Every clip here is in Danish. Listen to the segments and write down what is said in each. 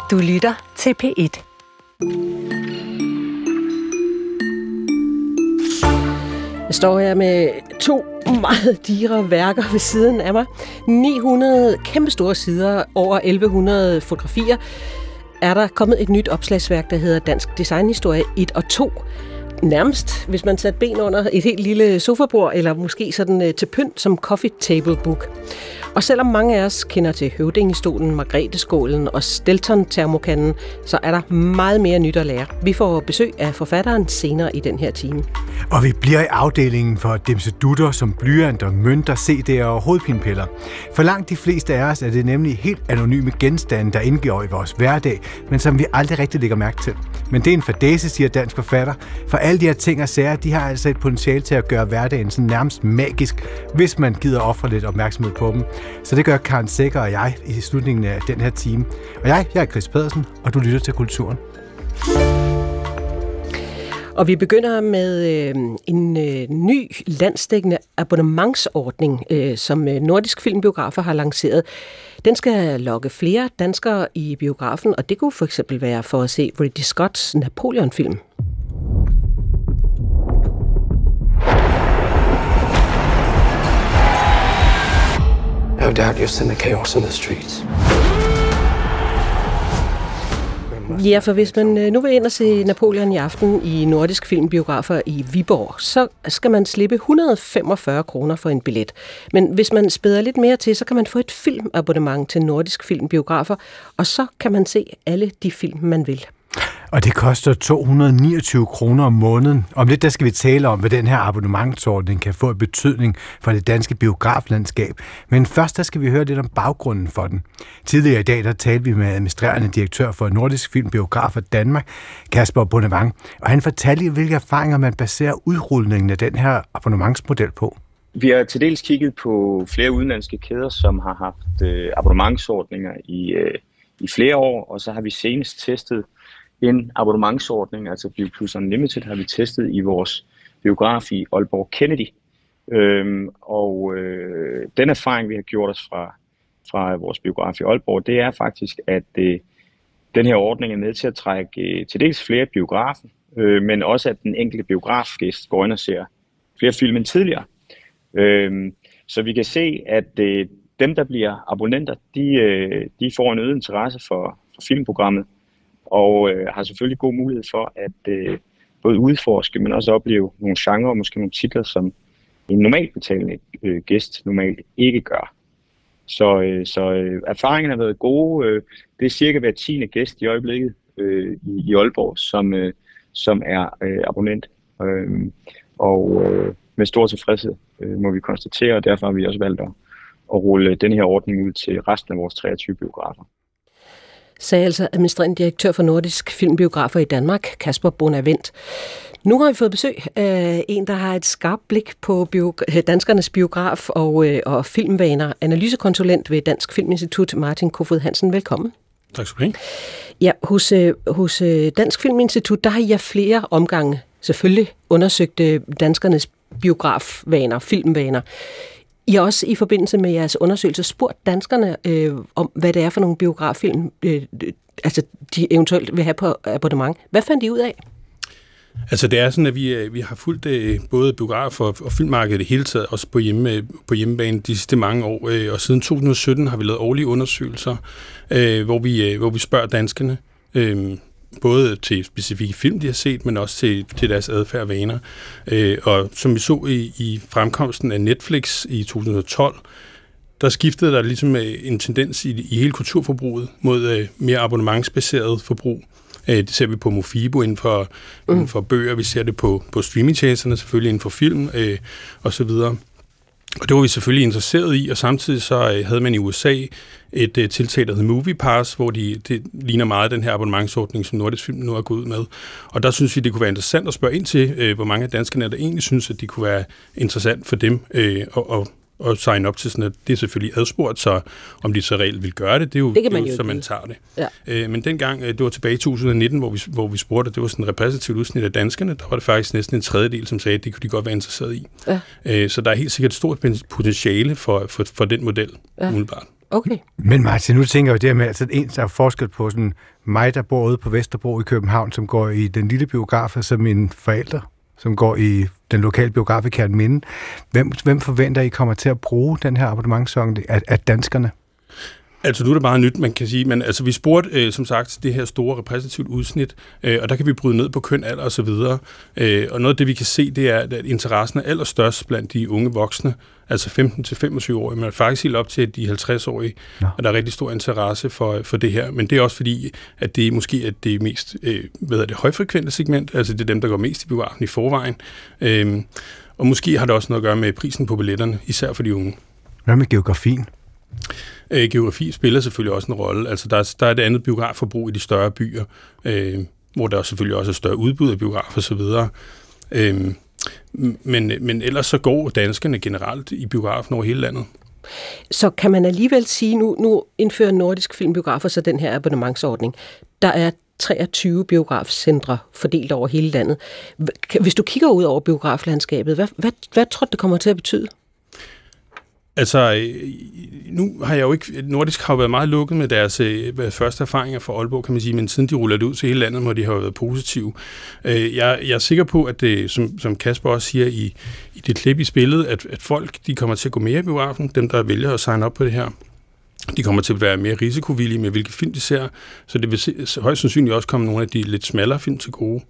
Du lytter til P1. Jeg står her med 2 meget digre værker ved siden af mig. 900 kæmpestore sider, over 1100 fotografier. Er der kommet et nyt opslagsværk, der hedder Dansk Designhistorie 1 og 2. Nærmest, hvis man satte ben under et helt lille sofabord, eller måske sådan til pynt som coffee table book. Og selvom mange af os kender til Høvdingestolen, Margrethe-skålen og Stelton-termokanden, så er der meget mere nyt at lære. Vi får besøg af forfatteren senere i den her time. Og vi bliver i afdelingen for dimsedutter som blyanter, mønter, CD'er og hovedpinepiller. For langt de fleste af os er det nemlig helt anonyme genstande, der indgår i vores hverdag, men som vi aldrig rigtig lægger mærke til. Men det er en fadæse, siger dansk forfatter, for alle de her ting og sager, de har altså et potentiale til at gøre hverdagen sådan nærmest magisk, hvis man gider ofre lidt opmærksomhed på dem. Så det gør Karen Sækker og jeg i slutningen af den her time. Og jeg er Chris Pedersen, og du lytter til Kulturen. Og vi begynder med en ny landsdækkende abonnementsordning, som Nordisk Filmbiografer har lanceret. Den skal lokke flere danskere i biografen, og det kunne for eksempel være for at se Ridley Scotts Napoleon-film. No doubt you'll send the chaos in the streets. Ja, for hvis man nu vil ind og se Napoleon i aften i Nordisk Filmbiografer i Viborg, så skal man slippe 145 kroner for en billet. Men hvis man spæder lidt mere til, så kan man få et filmabonnement til Nordisk Filmbiografer, og så kan man se alle de film, man vil. Og det koster 229 kroner om måneden. Om lidt der skal vi tale om, hvad den her abonnementsordning kan få en betydning for det danske biograflandskab. Men først der skal vi høre lidt om baggrunden for den. Tidligere i dag der talte vi med administrerende direktør for Nordisk Filmbiografer Danmark, Kasper Bonnevang, og han fortalte, hvilke erfaringer man baserer udrulningen af den her abonnementsmodel på. Vi har til dels kigget på flere udenlandske kæder, som har haft abonnementsordninger i flere år, og så har vi senest testet en abonnementsordning, altså BioPlus Unlimited, har vi testet i vores biograf i Aalborg Kennedy. Den erfaring, vi har gjort os fra vores biograf i Aalborg, det er faktisk, at den her ordning er med til at trække til dels flere biografen, men også at den enkelte biografgæst går ind og ser flere film end tidligere. Så vi kan se, at dem, der bliver abonnenter, de får en øget interesse for filmprogrammet, og har selvfølgelig god mulighed for at både udforske, men også opleve nogle genrer og måske nogle titler, som en normalt betalende gæst normalt ikke gør. Så erfaringerne har været gode. Det er cirka hver 10. gæst i øjeblikket i Aalborg, som er abonnent. Med stor tilfredshed må vi konstatere, og derfor har vi også valgt at rulle den her ordning ud til resten af vores 23 biografer. Sagde altså administrerende direktør for Nordisk Filmbiografer i Danmark, Kasper Bonnevang. Nu har vi fået besøg af en, der har et skarpt blik på danskernes biograf og filmvaner. Analysekonsulent ved Dansk Filminstitut, Martin Kofod Hansen. Velkommen. Tak skal du have. Ja, hos Dansk Filminstitut, der har I flere omgange selvfølgelig undersøgt danskernes biografvaner, filmvaner. I har også i forbindelse med jeres undersøgelse spurgt danskerne om, hvad det er for nogle biograffilm, de eventuelt vil have på abonnement. Hvad fandt I ud af? Altså det er sådan, at vi har fulgt både biograf og filmmarkedet i hele taget, også på hjemmebane de sidste mange år. Og siden 2017 har vi lavet årlige undersøgelser, hvor vi spørger danskerne, både til specifikke film, de har set, men også til deres adfærd og vaner. Og som vi så i fremkomsten af Netflix i 2012, der skiftede der ligesom en tendens i hele kulturforbruget mod mere abonnementsbaseret forbrug. Det ser vi på Mofibo inden for bøger, vi ser det på streamingtjenesterne selvfølgelig inden for film og så videre. Og det var vi selvfølgelig interesseret i, og samtidig så havde man i USA et tiltag, der hed MoviePass, hvor det ligner meget den her abonnementsordning, som Nordisk Film nu er gået ud med. Og der synes vi, det kunne være interessant at spørge ind til, hvor mange af danskerne der egentlig synes, at det kunne være interessant for dem at signe op til sådan, at det er selvfølgelig adspurgt, så om de så reelt vil gøre det, det er jo så man tager det. Ja. Men dengang, det var tilbage i 2019, hvor vi spurgte, det var sådan et repræsentativt udsnit af danskerne, der var det faktisk næsten en tredjedel, som sagde, at det kunne de godt være interesseret i. Ja. Så der er helt sikkert et stort potentiale for den model, umiddelbart. Okay. Men Martin, nu tænker jeg jo det med, altså der er forskel på sådan mig, der bor ude på Vesterbro i København, som går i den lille biograf, og så mine forældre, som går i den lokale biograf i Kerteminde. Hvem forventer I kommer til at bruge den her abonnementsordning af danskerne? Altså nu er det bare nyt, man kan sige, men altså vi spurgte som sagt det her store repræsentativt udsnit, og der kan vi bryde ned på køn, alder og så videre. Og noget af det, vi kan se, det er, at interessen er allerstørst blandt de unge voksne, altså 15-25-årige, men faktisk helt op til de 50-årige, og der er rigtig stor interesse for det her. Men det er også fordi, at det måske er det mest højfrekvente segment, altså det er dem, der går mest i biografen i forvejen. Og måske har det også noget at gøre med prisen på billetterne, især for de unge. Hvad med geografien? Geografi spiller selvfølgelig også en rolle. Altså der er et andet biografforbrug i de større byer, hvor der selvfølgelig også er større udbud af biografer og så videre. Men ellers så går danskerne generelt i biografen over hele landet. Så kan man alligevel sige, nu indfører Nordisk Filmbiografer så den her abonnementsordning. Der er 23 biografcentre fordelt over hele landet. Hvis du kigger ud over biograflandskabet, hvad tror du, det kommer til at betyde? Altså, nu har jeg jo ikke... Nordisk har jo været meget lukket med deres første erfaringer fra Aalborg, kan man sige, men siden de ruller det ud til hele landet, må de have været positive. Jeg er sikker på, at det, som Kasper også siger i det klip i spillet, at folk de kommer til at gå mere i biografen, dem der vælger at signe op på det her. De kommer til at være mere risikovillige med, hvilke film de ser, så det vil højst sandsynligt også komme nogle af de lidt smallere film til gode.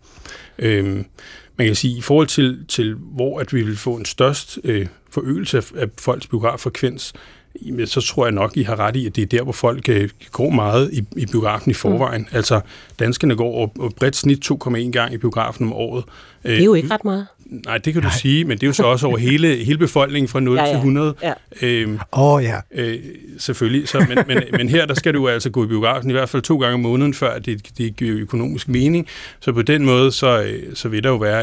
Man kan sige, i forhold til hvor at vi vil få en størst forøgelse af folks biograffrekvens, så tror jeg nok, I har ret i, at det er der, hvor folk går meget i biografen i forvejen. Altså, danskerne går og bredt snit 2,1 gang i biografen om året. Det er jo ikke ret meget. Nej, det kan du sige, men det er jo så også over hele befolkningen fra 0 til 100. Ja. Selvfølgelig. Så, men her, der skal du altså gå i biografen i hvert fald 2 gange om måneden, før det giver økonomisk mening. Så på den måde, så vil der jo være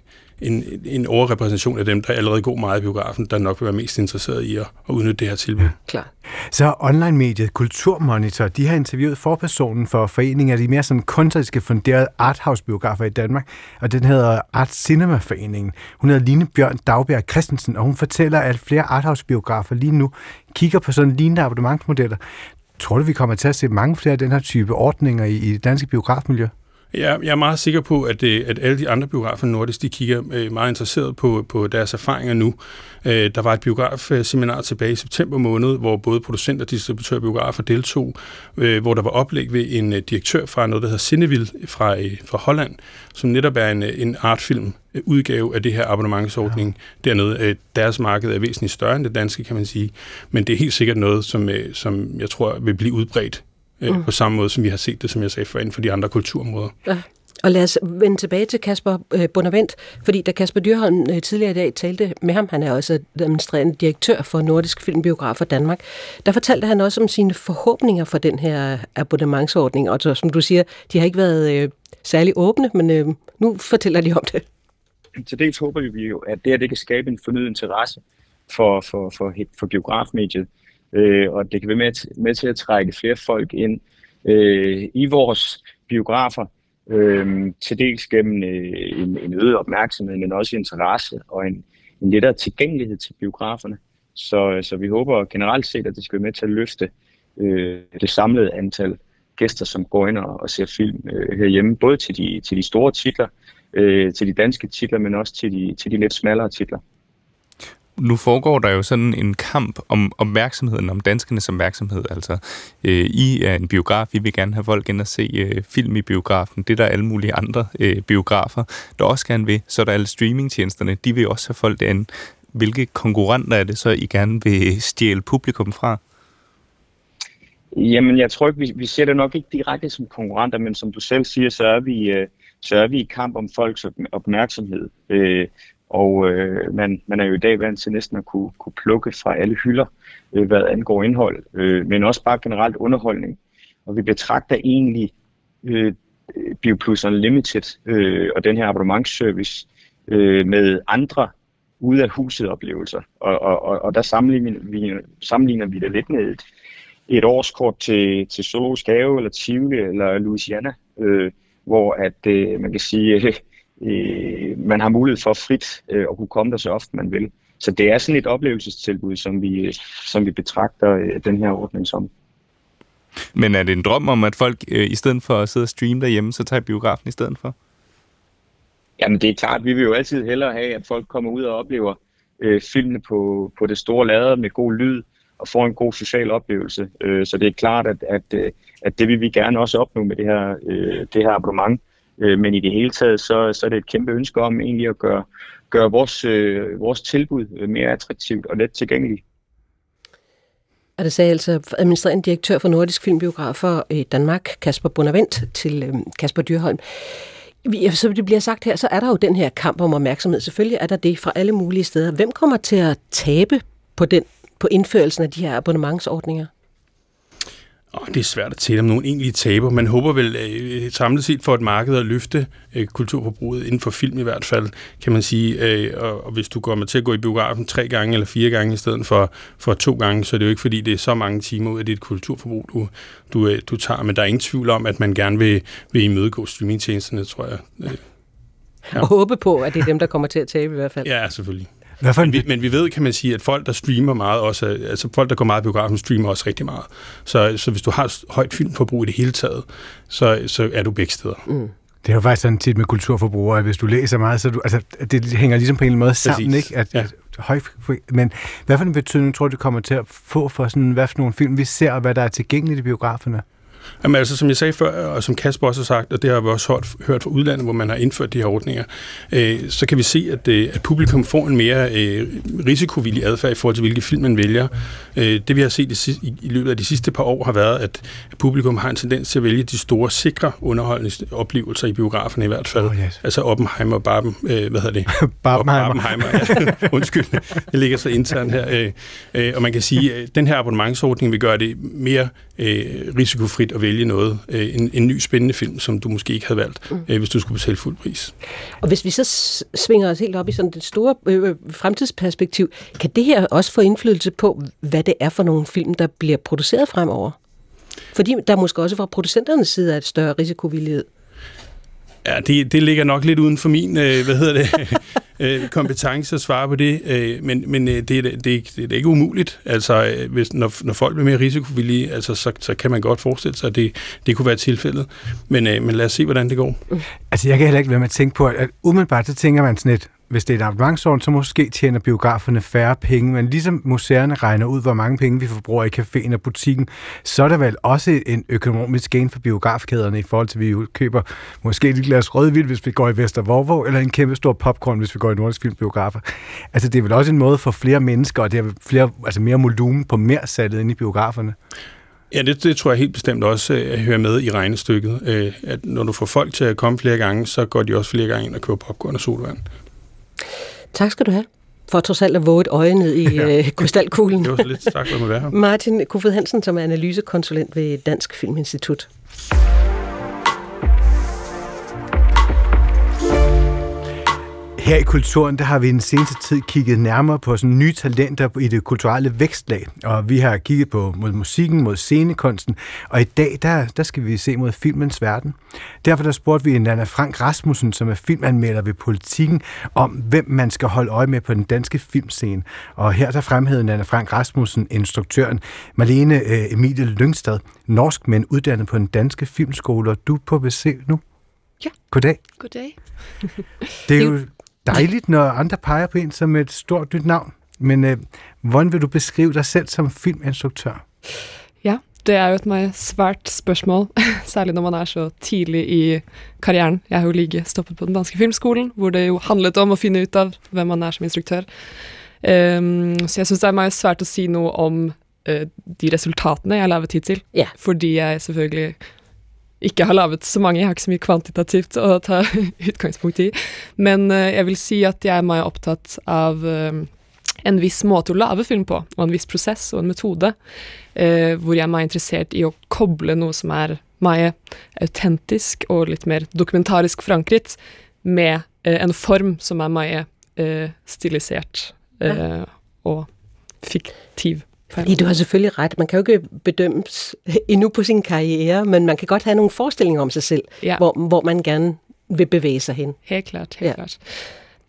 en overrepræsentation af dem, der allerede går meget i biografen, der nok vil være mest interesseret i at udnytte det her tilbud. Klar. Så online-mediet Kulturmonitor, de har interviewet forpersonen for foreningen af de mere sådan kunstneriske funderede arthouse-biografer i Danmark, og den hedder Art Cinema-foreningen. Hun hedder Line Bjørn Daugbjerg Christensen, og hun fortæller, at flere arthouse-biografer lige nu kigger på sådan lignende abonnementsmodeller. Tror du, vi kommer til at se mange flere af den her type ordninger i det danske biografmiljø? Ja, jeg er meget sikker på, at alle de andre biografer nordisk, de kigger meget interesseret på deres erfaringer nu. Der var et biografseminar tilbage i september måned, hvor både producent og distributør biografer deltog, hvor der var oplæg ved en direktør fra noget, der hedder Cineville fra Holland, som netop er en artfilm udgave af det her abonnementsordning dernede. Deres marked er væsentligt større end det danske, kan man sige, men det er helt sikkert noget, som jeg tror vil blive udbredt. På samme måde, som vi har set det, som jeg sagde før, inden for de andre kulturområder. Ja. Og lad os vende tilbage til Kasper Bonavent, fordi da Kasper Dyrholm tidligere i dag talte med ham, han er også administrerende direktør for Nordisk Filmbiografer Danmark, der fortalte han også om sine forhåbninger for den her abonnementsordning, og så, som du siger, de har ikke været særlig åbne, men nu fortæller de om det. Til dels håber vi jo, at det kan skabe en fornyet interesse for biografmediet, og det kan være med til at trække flere folk ind i vores biografer, til dels gennem en øget opmærksomhed, men også interesse og en lettere tilgængelighed til biograferne. Så vi håber generelt set, at det skal være med til at løfte det samlede antal gæster, som går ind og ser film herhjemme, både til de store titler, til de danske titler, men også til de lidt smallere titler. Nu foregår der jo sådan en kamp om opmærksomheden, om danskernes opmærksomhed. Altså, I er en biograf, I vil gerne have folk ind og se film i biografen. Det er der alle mulige andre biografer, der også gerne vil. Så er der alle streamingtjenesterne, de vil også have folk derinde. Hvilke konkurrenter er det så, I gerne vil stjæle publikum fra? Jamen, jeg tror ikke, vi ser det nok ikke direkte som konkurrenter, men som du selv siger, så er vi i kamp om folks opmærksomhed. Og man er jo i dag vant til næsten at kunne plukke fra alle hylder, hvad angår indhold, men også bare generelt underholdning. Og vi betragter egentlig BioPlus Unlimited og den her abonnementsservice med andre ude af huset oplevelser. Og der sammenligner vi det lidt med et årskort til Zoologisk Have eller Tivoli eller Louisiana, hvor at man kan sige man har mulighed for frit at kunne komme der så ofte man vil. Så det er sådan et oplevelsestilbud, som vi betragter den her ordning som. Men er det en drøm om, at folk i stedet for at sidde og streame derhjemme, så tager biografen i stedet for? Jamen det er klart, vi vil jo altid hellere have, at folk kommer ud og oplever filmene på det store lærred med god lyd og får en god social oplevelse. Så det er klart, at det vil vi gerne også opnå med det her abonnement. Men i det hele taget, så er det et kæmpe ønske om egentlig at gøre vores tilbud mere attraktivt og let tilgængeligt. Og det sagde altså administrerende direktør for Nordisk Filmbiografer i Danmark, Kasper Bonavent, til Kasper Dyrholm. Som det bliver sagt her, så er der jo den her kamp om opmærksomhed. Selvfølgelig er der det fra alle mulige steder. Hvem kommer til at tabe på indførelsen af de her abonnementsordninger? Det er svært at tale om nogen egentlige taber. Man håber vel samlet set for et marked at løfte kulturforbruget inden for film i hvert fald, kan man sige. Og hvis du kommer til at gå i biografen 3 gange eller 4 gange i stedet for 2 gange, så er det jo ikke fordi, det er så mange timer ud af dit kulturforbrug, du tager. Men der er ingen tvivl om, at man gerne vil imødegå streamingtjenesterne, tror jeg. Ja. Og håbe på, at det er dem, der kommer til at tabe i hvert fald. Ja, selvfølgelig. Men vi ved, kan man sige, at folk, der streamer meget, også, altså folk, der går meget i biografen, streamer også rigtig meget. Så hvis du har højt filmforbrug i det hele taget, så er du begge steder. Mm. Det er jo faktisk sådan tit med kulturforbrugere, at hvis du læser meget, så det hænger ligesom på en eller anden måde sammen, præcis. Ikke? Men hvad for en betydning tror du, det kommer til at få for sådan, hvad for nogle film vi ser, og hvad der er tilgængeligt i biograferne? Jamen altså, som jeg sagde før, og som Kasper også har sagt, og det har vi også hørt fra udlandet, hvor man har indført de her ordninger, så kan vi se, at publikum får en mere risikovillig adfærd i forhold til, hvilke film man vælger. Det vi har set i løbet af de sidste par år har været, at publikum har en tendens til at vælge de store, sikre underholdende oplevelser i biograferne i hvert fald. Yes. Altså Oppenheimer og Barbenheimer. Ja. Undskyld, det ligger så internt her. Og man kan sige, at den her abonnementsordning vil gøre det mere risikofrit at vælge noget, en ny spændende film, som du måske ikke havde valgt, hvis du skulle betale fuld pris. Og hvis vi så svinger os helt op i sådan det store fremtidsperspektiv, kan det her også få indflydelse på, hvad det er for nogle film, der bliver produceret fremover? Fordi der måske også fra producenternes side er et større risikovillighed. Ja, det ligger nok lidt uden for min, kompetence at svare på det, men det er ikke umuligt. Altså, når folk bliver mere risikovillige, altså, så kan man godt forestille sig, at det kunne være tilfældet. Men lad os se, hvordan det går. Altså, jeg kan heller ikke være med at tænke på, at umiddelbart så tænker man sådan lidt, hvis det er et abonnementsordning, så måske tjener biograferne færre penge, men ligesom museerne regner ud, hvor mange penge vi forbruger i caféen og butikken, så er der vel også en økonomisk gain for biografkæderne i forhold til, at vi køber måske et glas rødvin, hvis vi går i Vestervorvåg, eller en kæmpe stor popcorn, hvis vi går i Nordisk Filmbiografer. Altså, det er vel også en måde for flere mennesker, og det er mere volumen på mere salget inde i biograferne. Ja, det tror jeg helt bestemt også at høre med i regnestykket. At når du får folk til at komme flere gange, så går de også flere gange ind og køber popcorn og sodavand. Tak skal du have, for trods alt at våge et øje ned i krystalkuglen. Det var så lidt tak, for at være her. Martin Kofod Hansen, som er analysekonsulent ved Dansk Filminstitut. Her i Kulturen, der har vi i den seneste tid kigget nærmere på sådan nye talenter i det kulturelle vækstlag, og vi har kigget mod musikken, mod scenekunsten, og i dag, der skal vi se mod filmens verden. Derfor der spurgte vi Nanna Frank Rasmussen, som er filmanmelder ved Politikken, om hvem man skal holde øje med på den danske filmscene. Og her der fremhævede Nanna Frank Rasmussen instruktøren Marlene Emilie Lyngstad, norsk, men uddannet på den danske filmskole, og du er på besøg nu. Ja. Goddag. Goddag. Det er jo dejligt, når andre peger på en som et stort nyt navn. Men hvordan vil du beskrive dig selv som filminstruktør? Ja, det er jo et meget svært spørgsmål, særligt når man er så tidlig i karrieren. Jeg har jo lige stoppet på den danske filmskolen, hvor det jo handlet om at finde ut av hvem man er som instruktør. Så jeg synes det er meget svært at sige noget om de resultatene jeg har lavet hittil. Ja. Fordi jeg selvfølgelig ikke har lavet så mange, jeg har ikke så mye kvantitativt å ta utgangspunkt i. Men jeg vil si at jeg er meget optaget av en viss måte å lave film på, og en viss prosess og en metode, hvor jeg er meget interessert i å koble noe som er meget autentisk og litt mer dokumentarisk forankret med en form som er meget stilisert og fiktiv. Fordi du har selvfølgelig ret. Man kan jo ikke bedømmes endnu på sin karriere, men man kan godt have nogle forestillinger om sig selv, ja. hvor man gerne vil bevæge sig hen. Helt klart, helt klart.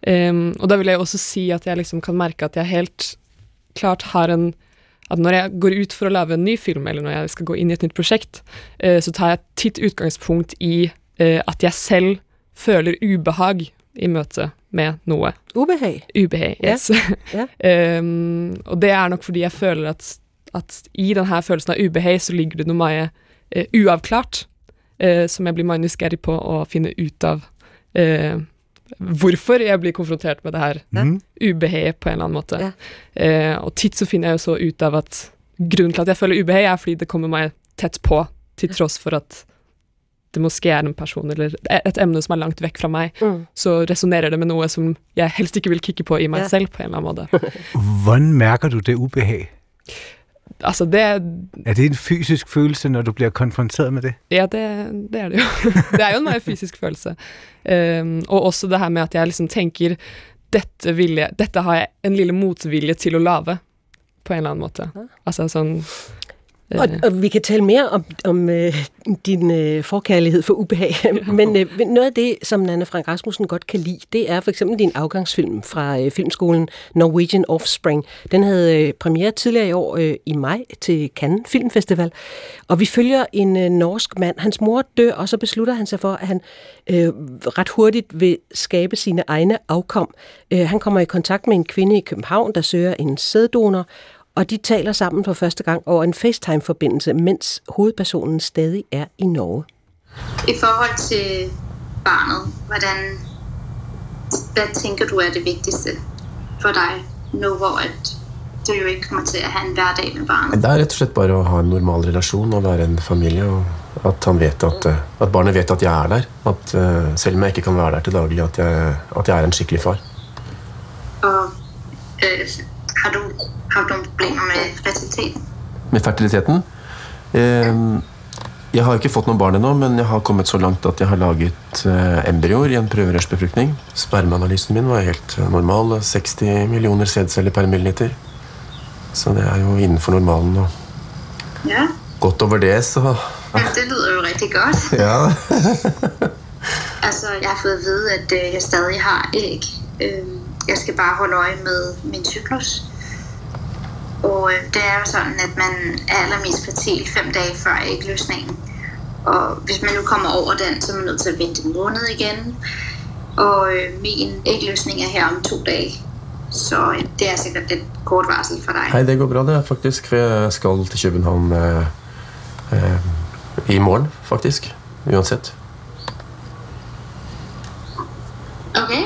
Og da vil jeg også si at jeg liksom kan merke at jeg helt klart har at når jeg går ut for å lage en ny film, eller når jeg skal gå inn i et nytt prosjekt, så tar jeg titt utgangspunkt i at jeg selv føler ubehag i møte med noe. Ubehag? Ubehag, yes. Ja. Og det nok fordi jeg føler at i denne følelsen av ubehag så ligger det noe mye uavklart, som jeg blir mye nysgjerrig på å finne ut av hvorfor jeg blir konfrontert med det her ubehag på en eller annen måte. Ja. Og titt så finner jeg jo så ut av at grunnen til at jeg føler ubehag fordi det kommer meg tett på, til tross for at det måske en person eller et emne som langt vekk fra meg, så resonerer det med noe som jeg helst ikke vil kikke på i meg selv på en eller annen måte. Hvordan mærker du det ubehag? Altså det Er det en fysisk følelse, når du bliver konfronteret med det? Ja, det det jo. Det jo en meget fysisk følelse. Og også det her med at jeg liksom tenker dette har jeg en lille motvilje til å lave på en eller annen måte. Altså sånn Og vi kan tale mere om din forkærlighed for ubehag, men noget af det, som Nanna Frank Rasmussen godt kan lide, det for eksempel din afgangsfilm fra filmskolen Norwegian Offspring. Den havde premiere tidligere i år i maj til Cannes Filmfestival, og vi følger en norsk mand. Hans mor dør, og så beslutter han sig for, at han ret hurtigt vil skabe sine egne afkom. Han kommer i kontakt med en kvinde i København, der søger en sæddonor, og de taler sammen for første gang over en FaceTime-forbindelse, mens hovedpersonen stadig i Norge. I forhold til barnet, hvad tænker du det vigtigste for dig, nu hvor du jo ikke kommer til at have en hverdag med barnet? Det rett og slett bare å ha en normal relasjon og være en familie, og at han vet at barnet vet at jeg der. At selv om jeg ikke kan være der til daglig, at jeg en skikkelig far. Og har du nogle problemer med fertiliteten? Med fertiliteten? Jeg har ikke fått noen barn ennå, men jeg har kommet så langt at jeg har laget embryoer i en prøverørsbefruktning. Spermaanalysen min var helt normal, 60 millioner sædceller per milliliter. Så det jo innenfor normalen, og ja. Godt over det, så... Jamen, det lyder jo rigtig godt. Ja. Altså, jeg har fået at vide, at jeg stadig har æg. Jeg skal bare holde øje med min cyklus. Og det jo sådan, at man allermest fertil 5 dage før ægløsningen. Og hvis man nu kommer over den, så man nødt til at vente en måned igen. Og min ægløsning her om 2 dage. Så det sikkert et kort varsel for dig. Nej, det går bra det faktisk, for jeg skal til København i morgen, faktisk, uansett. Okay.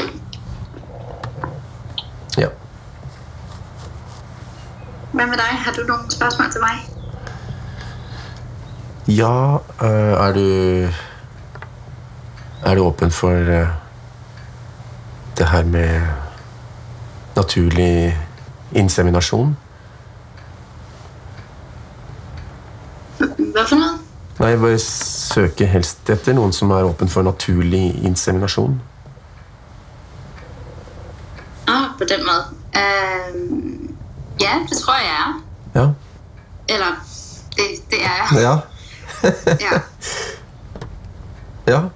Ja. Hvad med dig? Har du nogle spørgsmål til mig? Ja, er du åben for det her med naturlig inseminasjon? Hvad for noget? Nej, jeg bare søker helst etter noen som åpen for naturlig inseminasjon. På den måde. Ja, det tror jeg Ja. Eller, det jeg. Ja. Ja. Ja.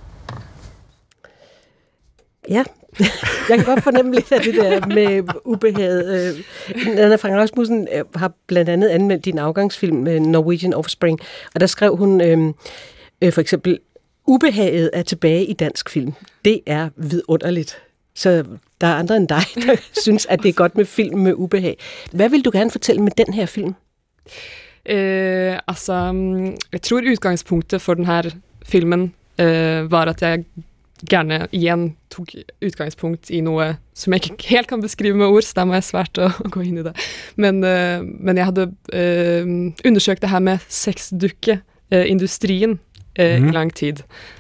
Ja, jeg kan godt fornemme lidt af det der med ubehaget. Nanna Frank Rasmussen har blandt andet anmeldt din afgangsfilm Norwegian Offspring, og der skrev hun for eksempel, ubehaget tilbage i dansk film. Det vidunderligt. Så der andre end dig, der synes, at det godt med film med ubehag. Hvad vil du gerne fortælle med den her film? Altså, jeg tror udgangspunktet for den her filmen var, at jeg gerne igjen tog utgangspunkt i noe som jeg ikke helt kan beskrive med ord, så det må jeg svært å gå inn i det. Men jeg hadde undersøkt det her med sexdukkeindustrien i lang tid.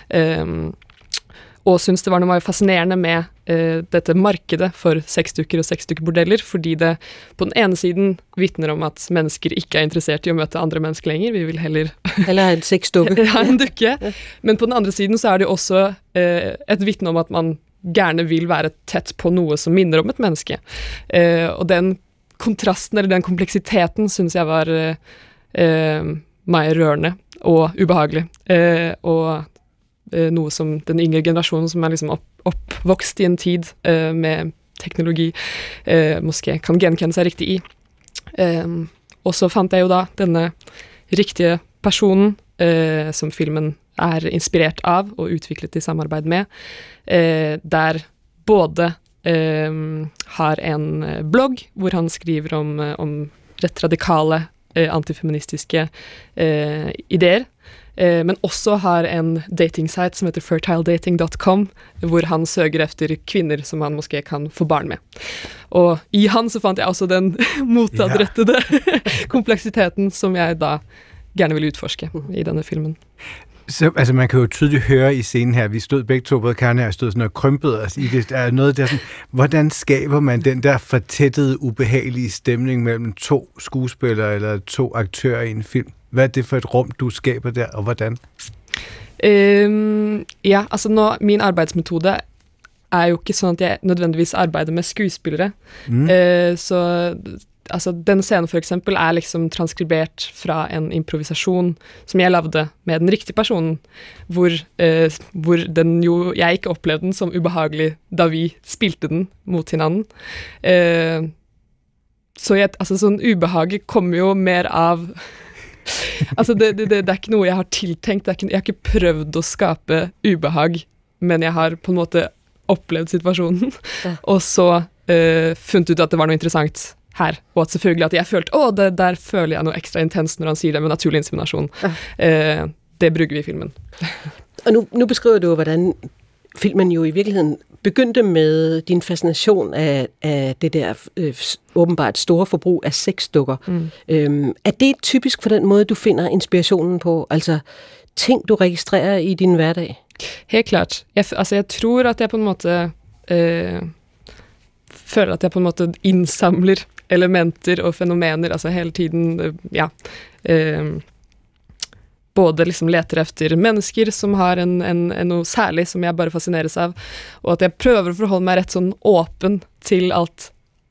Og synes det var noe fascinerende med dette markedet for sexdukker og sexdukkebordeller, fordi det på den ene siden vittner om at mennesker ikke interessert i å møte andre mennesker lenger. Vi vil heller ha en sexdukke. Ha en dukke. Men på den andre siden så det jo også et vittne om at man gjerne vil være tett på noe som minner om et menneske. Og den kontrasten, eller den kompleksiteten, synes jeg var meg rørende og ubehagelig. Og noe som den yngre generasjonen som liksom oppvokst i en tid med teknologi, måske kan genkjenne seg riktig i. Og så fant jeg jo da denne riktige personen som filmen inspirert av og utviklet i samarbeid med, der både har en blogg hvor han skriver om rett radikale antifeministiske ideer, men også har en datingsite som heter fertiledating.com, hvor han søker efter kvinner som han måske kan få barn med. Og i han så fant jeg også den motadrettede kompleksiteten, som jeg da gerne vil utforske i denne filmen. Så, altså man kan jo tydeligt høre i scenen her, vi stod begge to, både Karen og jeg stod sådan og krympede os i det. Der er noget der sådan, hvordan skaber man den der fortættede, ubehagelige stemning mellem to skuespillere eller to aktører i en film? Hvad er det for et rum, du skaber der, og hvordan? Ja, altså min arbeidsmetode jo ikke sånn at jeg nødvendigvis arbeider med skuespillere. Så altså, den scenen for eksempel liksom transkribert fra en improvisasjon som jeg lavde med den riktige personen, hvor den jo, jeg ikke opplevde den som ubehagelig da vi spilte den mot hinanden. Så altså, sånn ubehag kommer jo mer av altså det ikke noe jeg har tiltenkt, jeg har ikke prøvd å skape ubehag, men jeg har på en måte opplevd situasjonen, og så funnet ut at det var noe interessant her, og at selvfølgelig at jeg følte, der føler jeg noe ekstra intens når han sier det med naturlig inseminasjon. Det bruger vi i filmen. Og nu beskriver du, hvordan filmen jo i virkeligheden begyndte med din fascination af det der åbenbart store forbrug af sexdukker. Er det typisk for den måde, du finder inspirationen på? Altså ting, du registrerer i din hverdag? Helt klart. Jeg tror at jeg på en måte føler at jeg på en måte indsamler elementer og fænomener, altså hele tiden, både liksom leter efter mennesker som har noe særlig som jeg bare fascineres av, og at jeg prøver å forholde meg rett sånn åpen til alt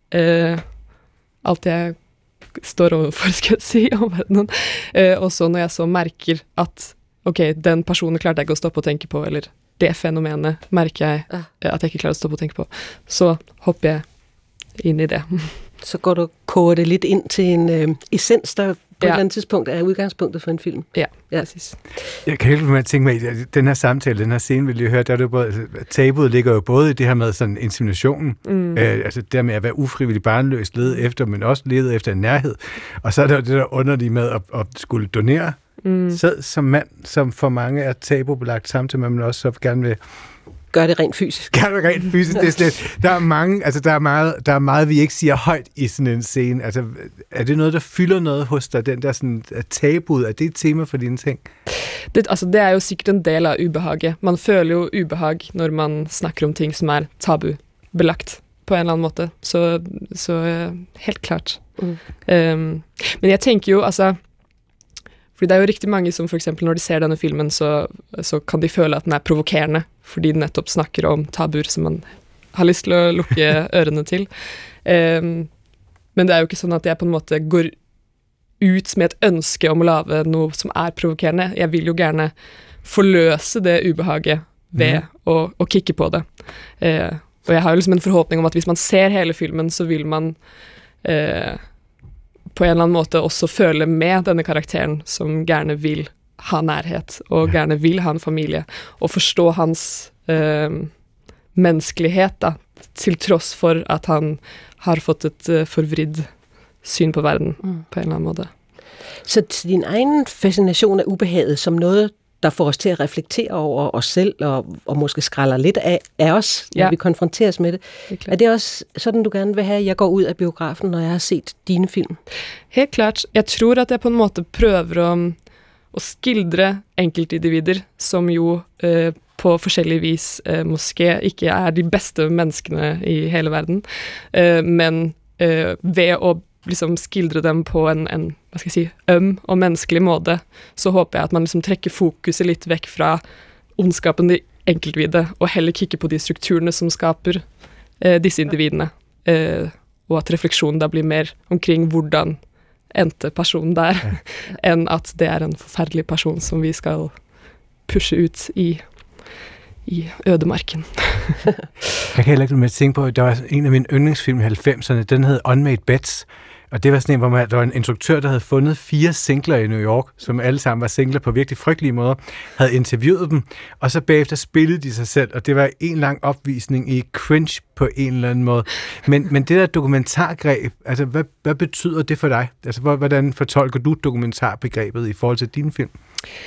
jeg står overfor, skal jeg si, om verdenen. Og så når jeg så merker at den personen klarte jeg ikke å stoppe å tenke på, eller det fenomenet merker jeg at jeg ikke klarer å stoppe å tenke på, så hopper jeg inn i det. Så går du koger det lidt ind til en essens, der på et eller andet tidspunkt udgangspunktet for en film. Ja, præcis. Jeg kan helt meget tænke mig, at den her samtale, den her scene, vil jeg høre, der er det både, tabuet ligger jo både i det her med sådan inseminationen, altså der med at være ufrivillig barnløs, lede efter, men også lede efter en nærhed. Og så er der jo det der underlige med at skulle donere sæd som mand, som for mange er tabubelagt, samtidig med, man også så gerne vil gør det rent fysisk. Gør det rent fysisk. Det er slet, der er mange, altså der er meget, vi ikke siger højt i sådan en scene. Altså, er det noget, der fylder noget hos dig, den der sådan tabuet? Er det et tema for dine ting? Det er jo sikkert en del av ubehaget. Man føler jo ubehag, når man snakker om ting, som tabubelagt på en eller anden måde. Så helt klart. Men jeg tænker jo, altså, fordi det er jo rigtig mange som for eksempel, når de ser denne filmen, så kan de føle, at den er provokerende, fordi den netop snakker om tabuer, som man har lyst til at lukke ørene til. Men det er jo ikke sådan, at jeg på en måte går ut med et ønske om at lave noe som er provokerende. Jeg vil jo gerne forløse det ubehaget ved at kigge på det. Og jeg har jo liksom en forhåpning om, at hvis man ser hele filmen, så vil man på en eller anden måde også føle med denne karakteren, som gerne vil ha nærhed, og gerne vil ha en familie, og forstå hans menneskelighed, da, til trods for at han har fått et forvridd syn på verden, på en eller anden måde. Så din egen fascination af ubehaget som noget, der får os til at reflektere over os selv, og måske skræller lidt af os, når vi konfronteres med det. Er det også sådan, du gerne vil have, at jeg går ud af biografen, når jeg har set dine film? Helt klart. Jeg tror, at jeg på en måde prøver at skildre enkeltindivider, som jo på forskellige vis måske ikke er de bedste menneskene i hele verden, men ved at liksom skildre dem på en hvad skal jeg sige, og menneskelig måde, så håber jeg, at man liksom trekker fokuset lidt væk fra ondskapen i enkeltvidet, og heller kigger på de strukturerne, som skaber disse individene, og at refleksjonen da blir mer omkring hvordan endte personen der, enn at det er en forfærdelig person, som vi skal pushe ut i i ødemarken. Jeg kan heller ikke med at tænke på, at der var en af mine yndlingsfilm i 90'erne, den hed Unmade Beds, og det var sådan en, hvor der var en instruktør, der havde fundet 4 singler i New York, som alle sammen var singler på virkelig frygtelige måder, havde interviewet dem, og så bagefter spillede de sig selv, og det var en lang opvisning i cringe på en eller anden måde. Men det der dokumentargreb, altså hvad betyder det for dig? Altså hvordan fortolker du dokumentarbegrebet i forhold til din film?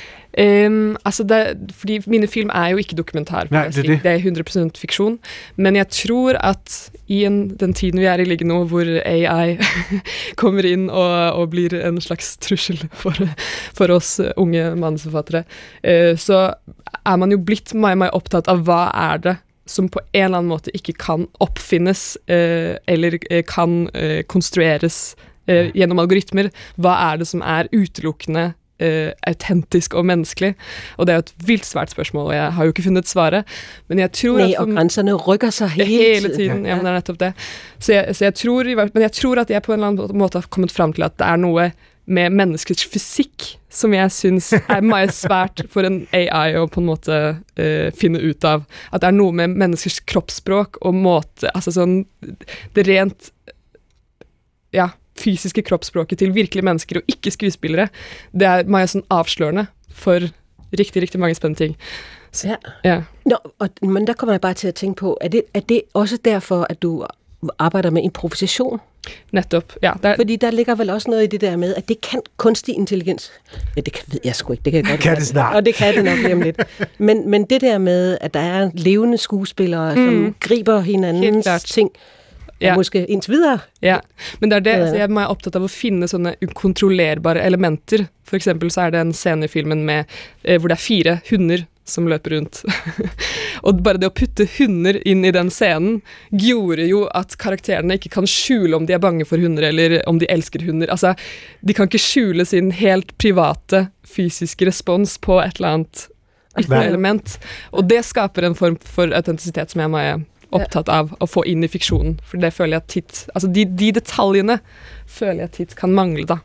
Fordi mine film er jo ikke dokumentar. Nej, det er 100% fiksjon. Men jeg tror at i den tiden vi er i lige nå, hvor AI kommer inn og blir en slags trussel for oss unge manusforfattere, så er man jo blitt meget opptatt av hva er det som på en eller annen måte ikke kan oppfinnes eller kan konstrueres gjennom algoritmer. Hva er det som er utelukkende autentisk og menneskelig? Og det er jo et vildt svært spørsmål, og jeg har jo ikke fundet svaret. Men jeg tror og grænserne rykker sig hele tiden. Ja, men det er nettopp det. Så jeg tror at jeg på en eller annen måte har kommet frem til at det er noe med menneskets fysikk som jeg synes er meget svært for en AI å på en måte finne ut av. At det er noe med menneskers kroppsspråk og måte, altså sånn det rent fysiske kroppsspråket til virkelige mennesker og ikke skuespillere. Det er meget sånn avslørende for riktig mange spændende ting. Så, ja. Men der kommer jeg bare til at tænke på, er det også derfor, at du arbejder med improvisation? Netop, ja. Fordi der ligger vel også noget i det der med, at det kan kunstig intelligens. Ja, det ved jeg sgu ikke. Det kan jeg godt. Kan det snart. Og det kan det nok lige lidt. Men det der med, at der er levende skuespillere, som griber hinandens ting, måske indtil videre. Ja, men det er det. Altså, jeg er meget optaget av å finne sånne ukontrollerbare elementer. For eksempel så er det en scene i filmen med, hvor det er 4 hunder som løper rundt. Og bare det å putte hunder inn i den scenen gjorde jo at karakterene ikke kan skjule om de er bange for hunder eller om de elsker hunder. Altså, de kan ikke skjule sin helt private fysiske respons på et eller annet element. Og det skaper en form for autentisitet som jeg er meget opptatt av å få inn i fiksjonen, for det føler jeg titt, altså de detaljene føler jeg titt kan mangle da,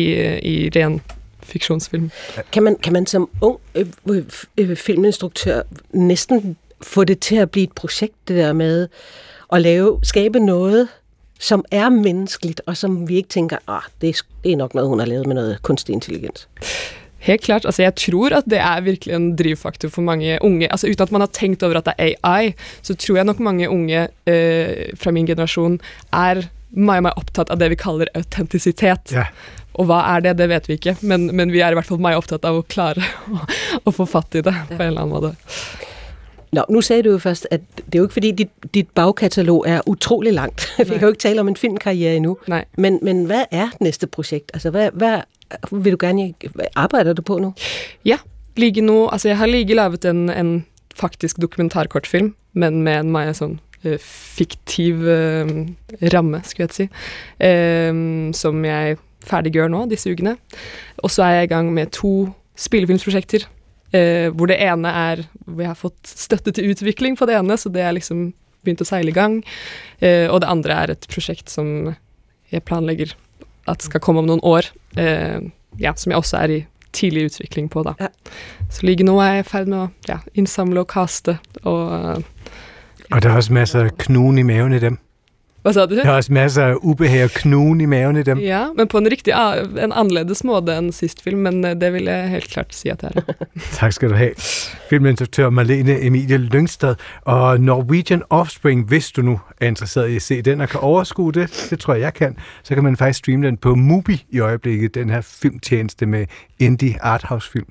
i ren fiksjonsfilm. Kan man som ung filminstruktør næsten få det til at blive et projekt, det der med at skabe noget, som er menneskeligt, og som vi ikke tænker, det er nok noget, hun har lavet med noget kunstig intelligens? Helt klart, altså jeg tror at det er virkelig en drivfaktor for mange unge, altså uten at man har tenkt over at det er AI, så tror jeg nok mange unge fra min generasjon er meget opptatt av det vi kaller autentisitet. Ja. Og hva er det, det vet vi ikke, men vi er i hvert fall meget opptatt av å klare å få fatt i det på en eller annen måte. Nu sagde du jo først, at det er jo ikke fordi, dit bagkatalog er utrolig langt. Vi kan jo ikke tale om en filmkarriere endnu. Nej. Men hvad er næste projekt? Altså, hvad vil du gerne arbejder du på nu? Ja, lige nu, altså jeg har lige lavet en faktisk dokumentarkortfilm, men med en meget sådan fiktiv ramme, skulle jeg si, som jeg færdiggør nå, disse ugene. Og så er jeg i gang med 2 spillefilmsprojekter, hvor det ene er, hvor jeg har fått støtte til utvikling på det ene, så det er liksom begynt å seile i gang. Og det andre er et projekt som jeg planlegger at skal komme om noen år, som jeg også er i tidlig utvikling på da. Ja. Så lige nu er jeg færdig med å indsamle og kaste. Og der er også masser af knuen i maven i dem. Hvad sa du? Der er også masser af ubehag og knuen i maven i dem. Ja, men på en anderledes måde end sidst film, men det vil jeg helt klart sige, at det er. Tak skal du have. Filminstruktør Marlene Emilie Lyngstad og Norwegian Offspring, hvis du nu er interesseret i at se den og kan overskue det tror jeg kan, så kan man faktisk streame den på Mubi i øjeblikket, den her filmtjeneste med indie arthouse film.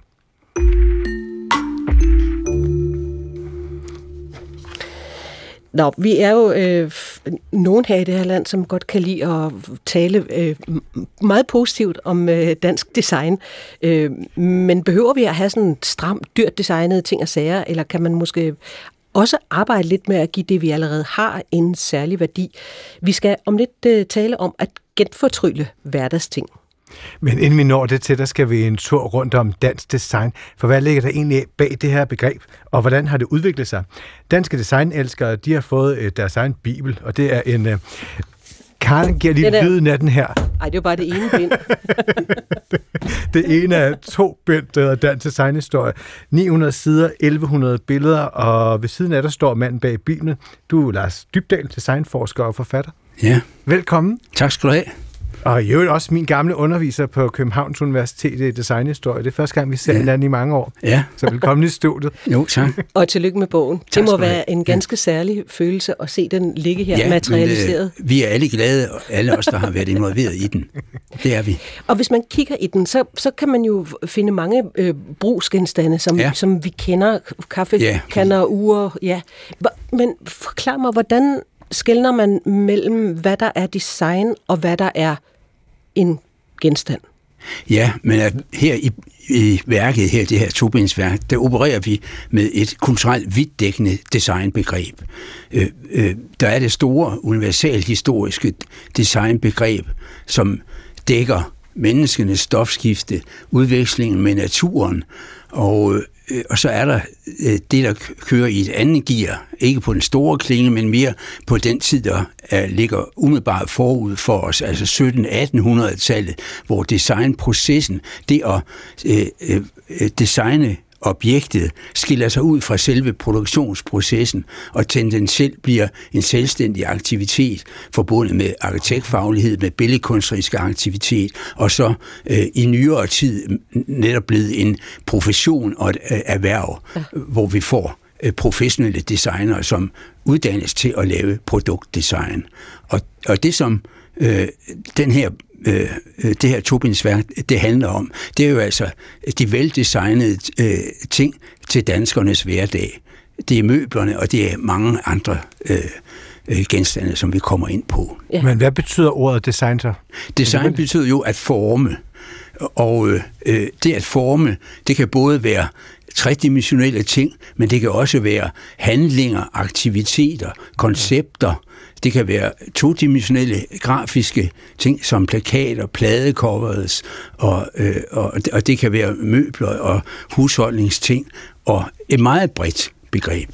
Vi er jo nogen her i det her land, som godt kan lide at tale meget positivt om dansk design. Men behøver vi at have sådan stramt, dyrt designede ting og sager, eller kan man måske også arbejde lidt med at give det, vi allerede har, en særlig værdi? Vi skal om lidt tale om at genfortrylle hverdagsting. Men inden vi når det til, der skal vi en tur rundt om dansk design. For hvad ligger der egentlig bag det her begreb, og hvordan har det udviklet sig? Danske designelskere, de har fået deres egen bibel, og det er en Karen giver lige lyden af den her. Ej, det er jo bare det ene bind. Det ene af 2 bind, der hedder Dansk Designhistorie. 900 sider, 1100 billeder, og ved siden af der står manden bag Bibelen. Du er Lars Dybdahl, designforsker og forfatter. Ja. Velkommen. Tak skal du have. Og i øvrigt også min gamle underviser på Københavns Universitet i designhistorie. Det er første gang, vi ser hinanden i mange år. Ja. Så velkommen i studiet. Jo, tak. Og tillykke med bogen. Det må være en ganske særlig følelse at se den ligge her materialiseret. Men, vi er alle glade, alle os, der har været involveret i den. Det er vi. Og hvis man kigger i den, så kan man jo finde mange brugsgenstande, som vi kender. Kaffekander, ure. Ja. Men forklar mig, hvordan skelner man mellem, hvad der er design, og hvad der er en genstand? Ja, men her i værket, her det her tobindsværk, der opererer vi med et kulturelt viddækkende designbegreb. Der er det store universalhistoriske designbegreb, som dækker menneskenes stofskifte, udvekslingen med naturen, og så er der det, der kører i et andet gear, ikke på den store klinge, men mere på den tid, der ligger umiddelbart forud for os, altså 1700-1800-tallet, hvor designprocessen, det at designe objektet skiller sig ud fra selve produktionsprocessen og tendensielt bliver en selvstændig aktivitet forbundet med arkitektfaglighed, med billedkunstnerisk aktivitet, og så i nyere tid netop blevet en profession og et erhverv, hvor vi får professionelle designere, som uddannes til at lave produktdesign. Og det, som det her tobindsværk, det handler om, det er jo altså de veldesignede ting til danskernes hverdag. Det er møblerne, og det er mange andre genstande, som vi kommer ind på. Ja. Men hvad betyder ordet design så? Design betyder jo at forme, og det at forme, det kan både være tredimensionelle ting, men det kan også være handlinger, aktiviteter, koncepter. Det kan være todimensionelle grafiske ting som plakater, pladecovers, og det kan være møbler og husholdningsting, og et meget bredt begreb.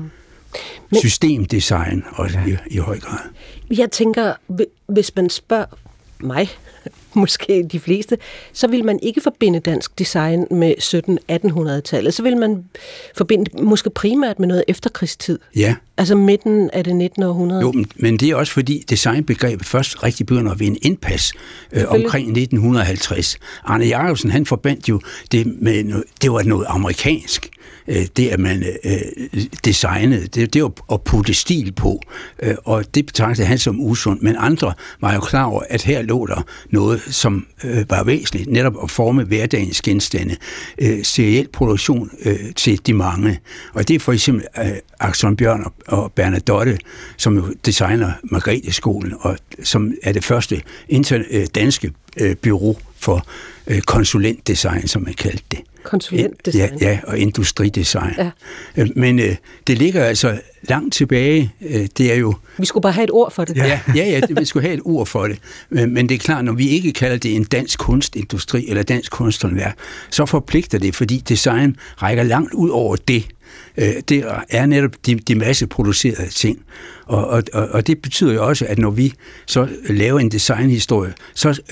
Systemdesign også i høj grad. Jeg tænker, hvis man spørger mig, måske de fleste, så vil man ikke forbinde dansk design med 1700-1800-tallet. Så vil man forbinde måske primært med noget efterkrigstid. Ja. Altså midten af det 19. århundrede. Jo, men det er også fordi designbegrebet først rigtig begynder at vinde indpas omkring 1950. Arne Jacobsen, han forbandt jo det med det var noget amerikansk. Det, at man designede, det var at putte stil på, og det betragtede han som usundt, men andre var jo klar over, at her lå der noget, som var væsentligt, netop at forme hverdagens genstande, seriel produktion til de mange. Og det er for eksempel Axel Bjørn og Bernadotte, som jo designer Margrethe-skolen, og som er det første danske bureau for konsulentdesign, som man kaldte det. Konsulentdesign? Ja, og industridesign. Ja. Men det ligger altså langt tilbage. Det er jo... Vi skulle bare have et ord for det. Ja, vi skulle have et ord for det. Men det er klart, når vi ikke kalder det en dansk kunstindustri eller dansk kunsthåndværk, så forpligter det, fordi design rækker langt ud over det. Det er netop de masseproducerede ting. Og det betyder jo også, at når vi så laver en designhistorie, så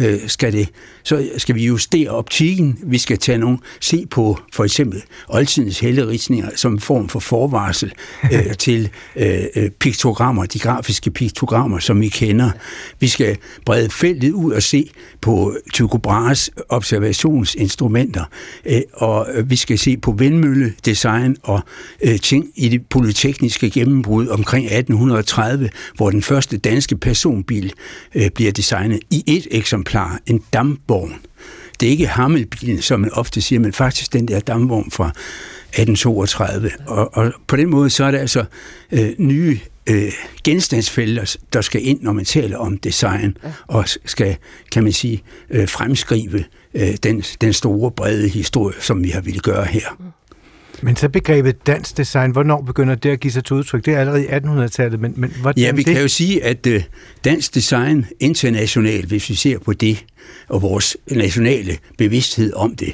skal vi justere optikken. Vi skal se på for eksempel oldtidens helleristninger som en form for forvarsel til piktogrammer, de grafiske piktogrammer, som vi kender. Vi skal brede feltet ud og se på Tycho Brahes observationsinstrumenter, og vi skal se på vindmølledesign og ting i det polytekniske gennembrud omkring 1830, hvor den første danske personbil bliver designet i et eksemplar, en dampvogn. Det er ikke Hammelbilen, som man ofte siger, men faktisk den der dampvogn fra 1832. Og på den måde så er det altså nye genstandsfelter, der skal ind, når man taler om design, og skal, kan man sige, fremskrive den store, brede historie, som vi har ville gøre her. Men så begrebet dansk design, hvornår begynder det at give sig til udtryk? Det er allerede i 1800-tallet, men hvordan ja, vi kan jo sige, at dansk design internationalt, hvis vi ser på det, og vores nationale bevidsthed om det,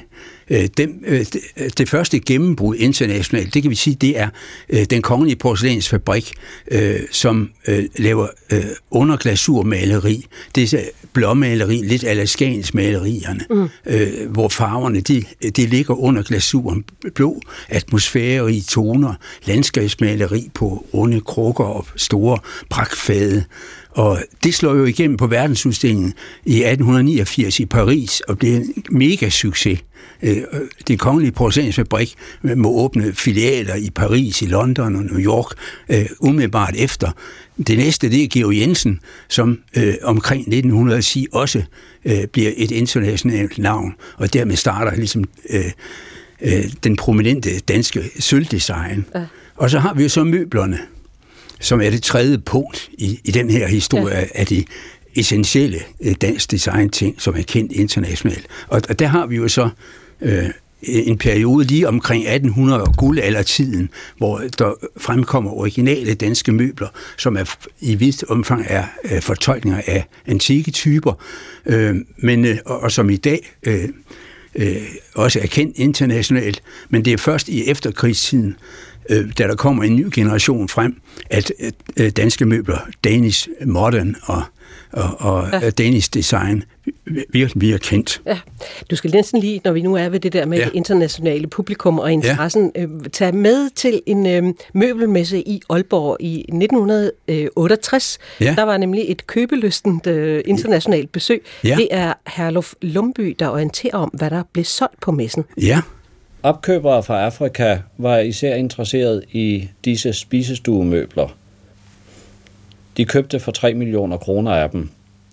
Det første gennembrud internationalt, det kan vi sige, det er den Kongelige Porcelænsfabrik, som laver underglasurmaleri. Det er blåmaleri, lidt alaskansk malerierne, hvor farverne, de ligger under glasuren. Blå, atmosfære i toner, landskabsmaleri på runde krukker og store pragtfade. Og det slår jo igennem på verdensudstillingen i 1889 i Paris og blev en mega succes. Den Kongelige Porcelænsfabrik må åbne filialer i Paris, i London og New York umiddelbart efter. Det næste, det er Georg Jensen, som omkring 1910 også bliver et internationalt navn, og dermed starter ligesom den prominente danske sølvdesign. Ja. Og så har vi jo så møblerne, som er det tredje punkt i den her historie af de essentielle dansk design-ting, som er kendt internationalt. Og der har vi jo så en periode lige omkring 1800 og guldaldertiden, hvor der fremkommer originale danske møbler, som er i vidt omfang er fortolkninger af antikke typer, og som i dag også er kendt internationalt, men det er først i efterkrigstiden, da der kommer en ny generation frem, at danske møbler, Danish Modern og Danish Design, virkelig bliver kendt. Ja. Du skal næsten lige, når vi nu er ved det der med det internationale publikum og interessen, tage med til en møbelmesse i Aalborg i 1968. Ja. Der var nemlig et købelystent internationalt besøg. Ja. Det er Herluf Lumby, der orienterer om, hvad der blev solgt på messen. Ja. Opkøbere fra Afrika var især interesseret i disse spisestuemøbler. De købte for 3 millioner kroner af dem.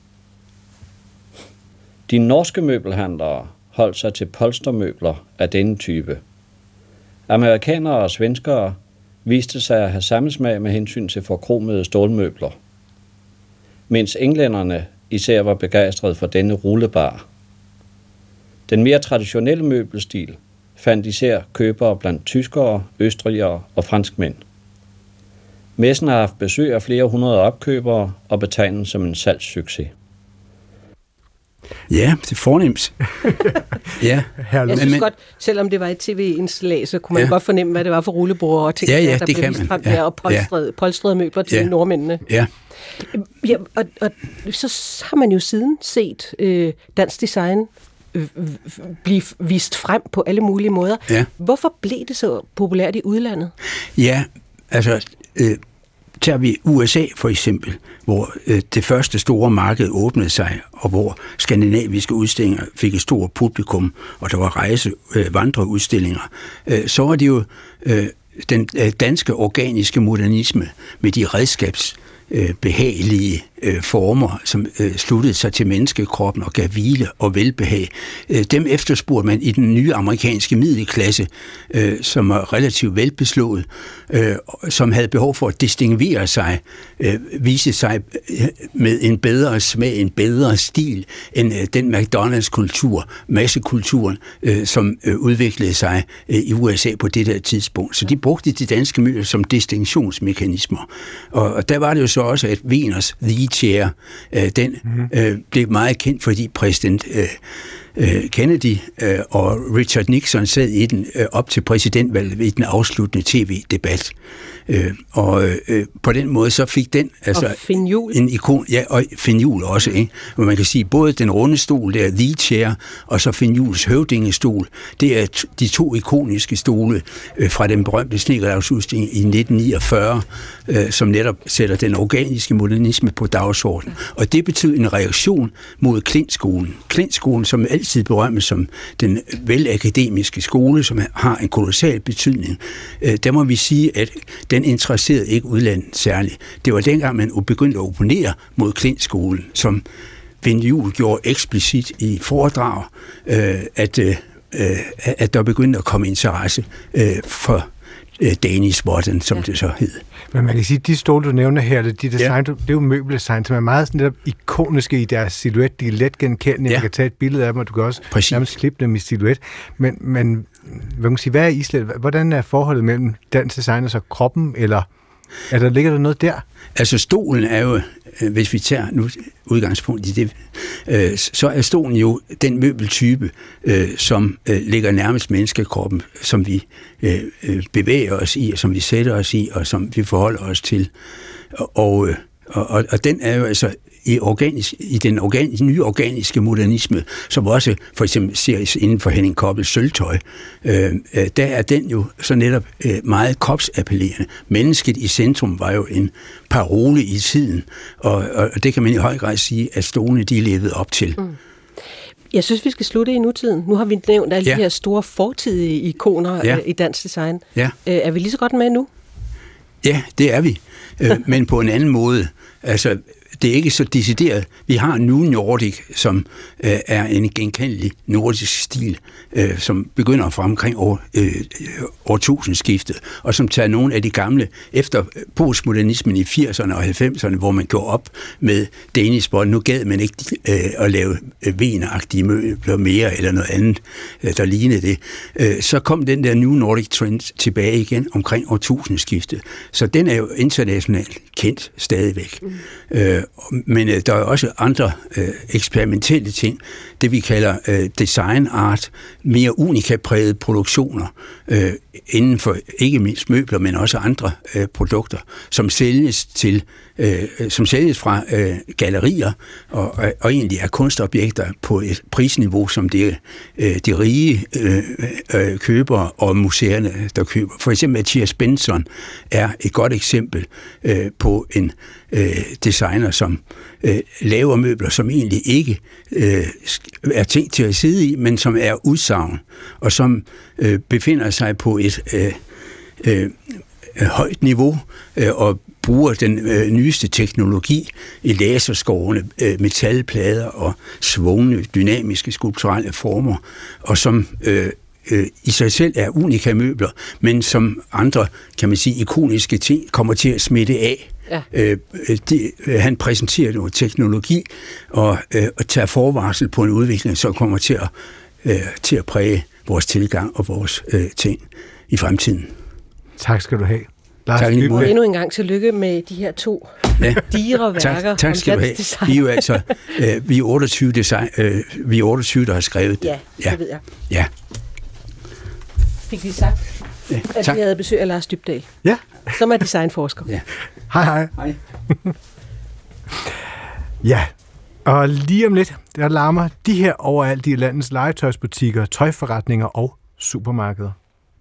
De norske møbelhandlere holdt sig til polstermøbler af denne type. Amerikanere og svenskere viste sig at have samme smag med hensyn til forkromede stålmøbler, mens englænderne især var begejstrede for denne rullebar. Den mere traditionelle møbelstil fandt især købere blandt tyskere, østrigere og franskmænd. Messen har haft besøg af flere hundrede opkøbere og betegnet som en salgssucces. Ja, det er fornemt. Ja. Jeg synes godt, selvom det var et tv-indslag, så kunne man godt fornemme, hvad det var for rullebord og ting, der blev vist frem der, og polstrede møbler til nordmændene. Ja. Ja, og så har man jo siden set dansk design blive vist frem på alle mulige måder. Ja. Hvorfor blev det så populært i udlandet? Ja, altså tager vi USA for eksempel, hvor det første store marked åbnede sig, og hvor skandinaviske udstillinger fik et stort publikum, og der var vandreudstillinger, så var det jo den danske organiske modernisme med de redskabsbehagelige former, som sluttede sig til menneskekroppen og gav hvile og velbehag. Dem efterspurgte man i den nye amerikanske middelklasse, som var relativt velbeslået, som havde behov for at distinguere sig, vise sig med en bedre smag, en bedre stil, end den McDonald's-kultur, massekulturen, som udviklede sig i USA på det der tidspunkt. Så de brugte de danske møbler som distinktionsmekanismer. Og der var det jo så også, at Wieners The Chair, den blev meget kendt, fordi præsident Kennedy og Richard Nixon sad i den op til præsidentvalget i den afsluttende tv-debat. Og på den måde så fik den altså en ikon, ja, og Finn Juhl også, ikke? Hvor man kan sige, både den runde stol, der The Chair, og så Finn Juhls høvdingestol, det er de to ikoniske stole fra den berømte Snedkerdags-udstilling i 1949, som netop sætter den organiske modernisme på dagsordenen. Og det betyder en reaktion mod Klintskolen. Klintskolen, som altid berømmes som den velakademiske skole, som har en kolossal betydning, der må vi sige, at den interesserede ikke udlandet særligt. Det var dengang, man begyndte at opponere mod Klintskolen, som Finn Juhl gjorde eksplicit i foredrag, at der begyndte at komme interesse for Danish Modern, som det så hed. Men man kan sige, at de stole, du nævner her, de design, det er jo møbeldesign, som er meget sådan netop ikoniske i deres silhuet. De er let genkendelige. Man kan tage et billede af dem, og du kan også nærmest klippe dem i silhuet. Men hvad kan sige, hvad er Island? Hvordan er forholdet mellem dansk design og så kroppen, eller Der ligger der noget der? Altså stolen er jo, hvis vi tager nu udgangspunkt i det, så er stolen jo den møbeltype, som ligger nærmest menneskekroppen, som vi bevæger os i, og som vi sætter os i, og som vi forholder os til. Og den er jo altså i den nye organiske modernisme, som også for eksempel ses inden for Henning Koppels sølvtøj, der er den jo så netop meget kropsappellerende. Mennesket i centrum var jo en parole i tiden, og det kan man i høj grad sige, at stolene de levede op til. Mm. Jeg synes, vi skal slutte i nutiden. Nu har vi nævnt alle de her store fortidige ikoner i dansk design. Ja. Er vi lige så godt med nu? Ja, det er vi. Men på en anden måde. Altså, det er ikke så decideret. Vi har New Nordic, som er en genkendelig nordisk stil, som begynder fra omkring årtusindskiftet, og som tager nogle af de gamle, efter postmodernismen i 80'erne og 90'erne, hvor man går op med Danish bånd. Nu gad man ikke at lave veneragtige møbler mere, eller noget andet, der lignede det. Så kom den der New Nordic trend tilbage igen omkring årtusindskiftet. Så den er jo internationalt kendt stadigvæk. Men der er også andre eksperimentelle ting, det vi kalder design art, mere unikaprægede produktioner inden for ikke mindst møbler, men også andre produkter, som sælges fra gallerier og egentlig er kunstobjekter på et prisniveau, som de rige købere og museerne, der køber. For eksempel Mathias Benson er et godt eksempel på en designer, som laver møbler, som egentlig ikke er tænkt til at sidde i, men som er udsagn, og som befinder sig på et højt niveau og bruger den nyeste teknologi i laserskovene, metalplader og svungne, dynamiske skulpturelle former, og som i sig selv er unika møbler, men som andre, kan man sige, ikoniske ting kommer til at smitte af. Ja. Han præsenterer noget teknologi og tager forvarsel på en udvikling, som kommer til at præge vores tilgang og vores ting i fremtiden. Tak skal du have. Tak, endnu en gang tillykke med de her 2 digre værker. Tak skal du have. Vi er jo altså vi er 28 der har skrevet det. Ja, det ved jeg. Ja. Fik vi sagt, at vi havde besøg af Lars Dybdahl, som er designforsker. Ja. Hej. Hej. Ja, og lige om lidt, der larmer de her overalt i landets legetøjsbutikker, tøjforretninger og supermarkeder.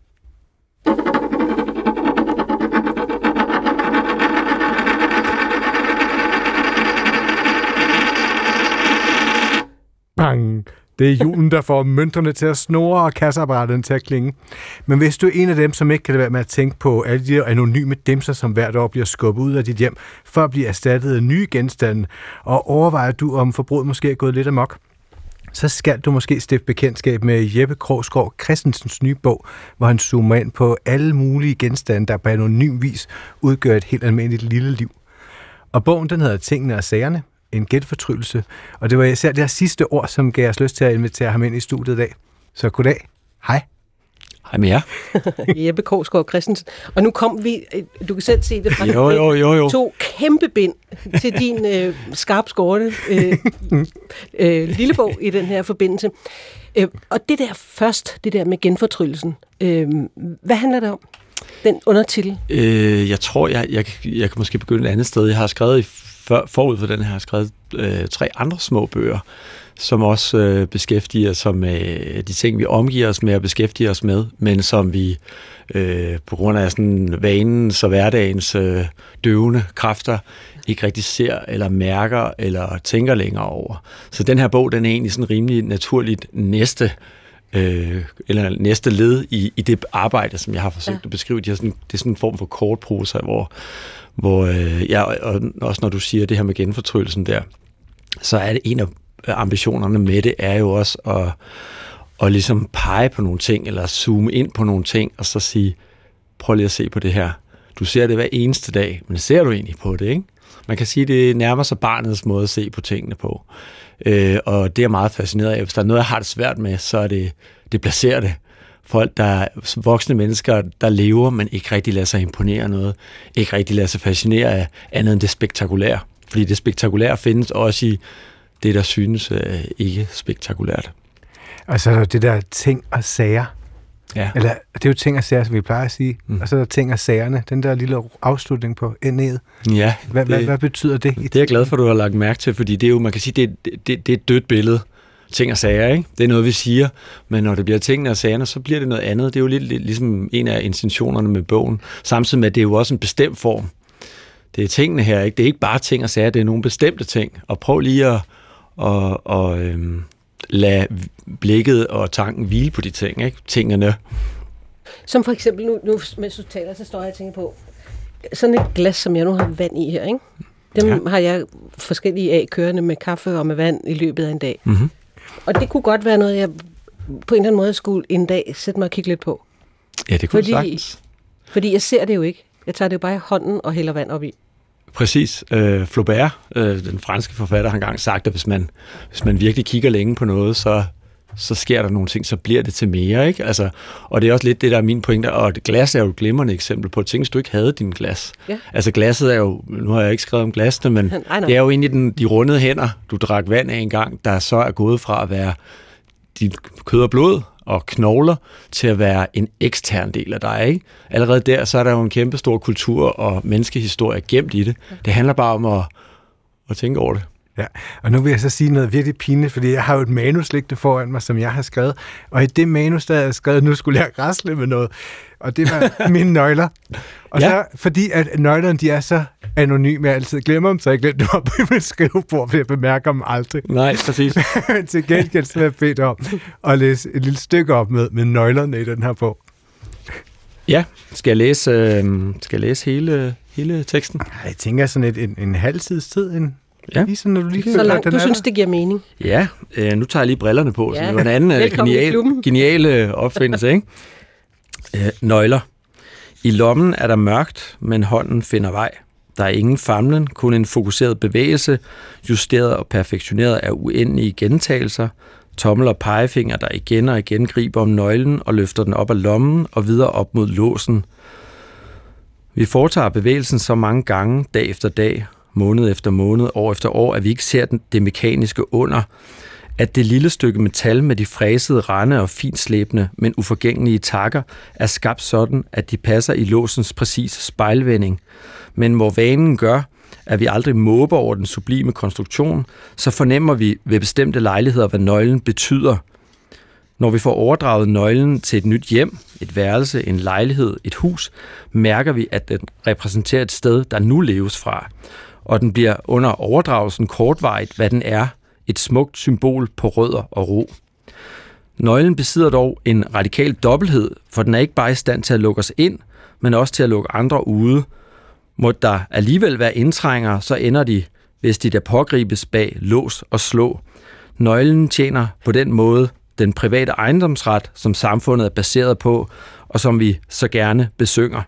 Bang! Det er julen, der får mønterne til at snurre og kasseapparaten til at klinge. Men hvis du er en af dem, som ikke kan lade være med at tænke på alle de anonyme dimser, som hvert år bliver skubbet ud af dit hjem, for at blive erstattet af nye genstande, og overvejer du, om forbruget måske er gået lidt amok, så skal du måske stifte bekendtskab med Jeppe Krogsgaard Christensens nye bog, hvor han zoomer ind på alle mulige genstande, der på anonym vis udgør et helt almindeligt lille liv. Og bogen, den hedder Tingene og Sagerne, en genfortryllelse, og det var især det her sidste ord, som gav os lyst til at invitere ham ind i studiet i dag. Så goddag. Hej. Hej med jer. Jeppe Krogsgaard Christensen. Og nu kom vi, du kan selv se det fra jo. 2 kæmpe bind til din skarpt skårne lille bog i den her forbindelse. Og det der med genfortryllelsen, hvad handler det om? Den undertitel? Jeg tror, jeg kan måske begynde et andet sted. Jeg har skrevet forud for den her, har jeg skrevet 3 andre små bøger, som også beskæftiger sig med de ting, vi omgiver os med og beskæftiger os med, men som vi på grund af sådan vanens og hverdagens døvende kræfter ikke rigtig ser eller mærker eller tænker længere over. Så den her bog, den er egentlig sådan rimelig naturligt næste led i det arbejde, som jeg har forsøgt at beskrive. Det er sådan en form for kortprosa, hvor også når du siger det her med genfortryllelsen der, så er det en af ambitionerne med det, er jo også at ligesom pege på nogle ting, eller zoome ind på nogle ting, og så sige, prøv lige at se på det her. Du ser det hver eneste dag, men ser du egentlig på det, ikke? Man kan sige, det nærmer sig barnets måde at se på tingene på. Og det er meget fascineret af. Hvis der er noget, jeg har det svært med, så er det placerer det. folk, voksne mennesker, der lever, men ikke rigtig lader sig imponere noget, ikke rigtig lader sig fascinere af andet end det spektakulære. Fordi det spektakulære findes også i det, der synes ikke spektakulært. Og så er der det der ting og sager. Ja. Eller det er jo ting og sager, som vi plejer at sige. Og så er der ting og sagerne. Den der lille afslutning på n'et. Ja. Hvad betyder det? Det er jeg glad for, at du har lagt mærke til, fordi det er jo, man kan sige, det er et dødt billede. Ting og sager, ikke? Det er noget, vi siger, men når det bliver tingene og sagerne, så bliver det noget andet. Det er jo lidt ligesom en af intentionerne med bogen. Samtidig med, at det er jo også en bestemt form. Det er tingene her, ikke? Det er ikke bare ting og sager, det er nogle bestemte ting. Og prøv lige at lade blikket og tanken hvile på de ting, ikke? Tingene. Som for eksempel, nu mens du taler, så står jeg og tænker på, sådan et glas, som jeg nu har vand i her, ikke? Dem har jeg forskellige af kørende med kaffe og med vand i løbet af en dag. Mm-hmm. Og det kunne godt være noget, jeg på en eller anden måde skulle en dag sætte mig og kigge lidt på. Ja, det kunne sagtens. Fordi jeg ser det jo ikke. Jeg tager det jo bare i hånden og hælder vand op i. Præcis. Flaubert, den franske forfatter, har engang sagt, at hvis man virkelig kigger længe på noget, så sker der nogle ting, så bliver det til mere, ikke? Altså, og det er også lidt det, der er min pointe, og et glas er jo et glimrende eksempel på ting, hvis du ikke havde din glas. Ja. Altså glasset er jo, nu har jeg ikke skrevet om glasene, men det er jo egentlig de rundede hænder, du drak vand af en gang, der så er gået fra at være dit kød og blod og knogler til at være en ekstern del af dig, ikke? Allerede der, så er der jo en kæmpe stor kultur og menneskehistorie gemt i det. Det handler bare om at tænke over det. Ja, og nu vil jeg så sige noget virkelig pinligt, fordi jeg har jo et manus liggende foran mig, som jeg har skrevet, og i det manus, der jeg skrevet, nu skulle jeg rasle med noget, og det var mine nøgler. Og så, fordi at nøglerne, de er så anonyme, jeg altid glemmer dem, så jeg glemte dem op på mit skrivebord, for jeg bemærker dem aldrig. Nej, præcis. Til gengæld så er jeg bedt om at læse et lille stykke op med nøglerne i den her bog. Ja, skal jeg læse hele teksten? Jeg tænker sådan en halv tids tid, ja. Lige sådan, når du lige så langt, du synes, det giver mening. Ja, nu tager jeg lige brillerne på, så det var en anden genial opfindelse, ikke? Nøgler. I lommen er der mørkt, men hånden finder vej. Der er ingen famlen, kun en fokuseret bevægelse, justeret og perfektioneret af uendelige gentagelser, tommel og pegefinger, der igen og igen griber om nøglen og løfter den op af lommen og videre op mod låsen. Vi foretager bevægelsen så mange gange, dag efter dag, måned efter måned, år efter år, at vi ikke ser det mekaniske under, at det lille stykke metal med de fræsede rande og finslæbende, men uforgængelige takker, er skabt sådan, at de passer i låsens præcise spejlvending. Men hvor vanen gør, at vi aldrig måber over den sublime konstruktion, så fornemmer vi ved bestemte lejligheder, hvad nøglen betyder. Når vi får overdraget nøglen til et nyt hjem, et værelse, en lejlighed, et hus, mærker vi, at den repræsenterer et sted, der nu leves fra. Og den bliver under overdragelsen kortvarigt, hvad den er, et smukt symbol på rødder og ro. Nøglen besidder dog en radikal dobbelthed, for den er ikke bare i stand til at lukke os ind, men også til at lukke andre ude. Må der alligevel være indtrængere, så ender de, hvis de der pågribes bag lås og slå. Nøglen tjener på den måde den private ejendomsret, som samfundet er baseret på, og som vi så gerne besynger.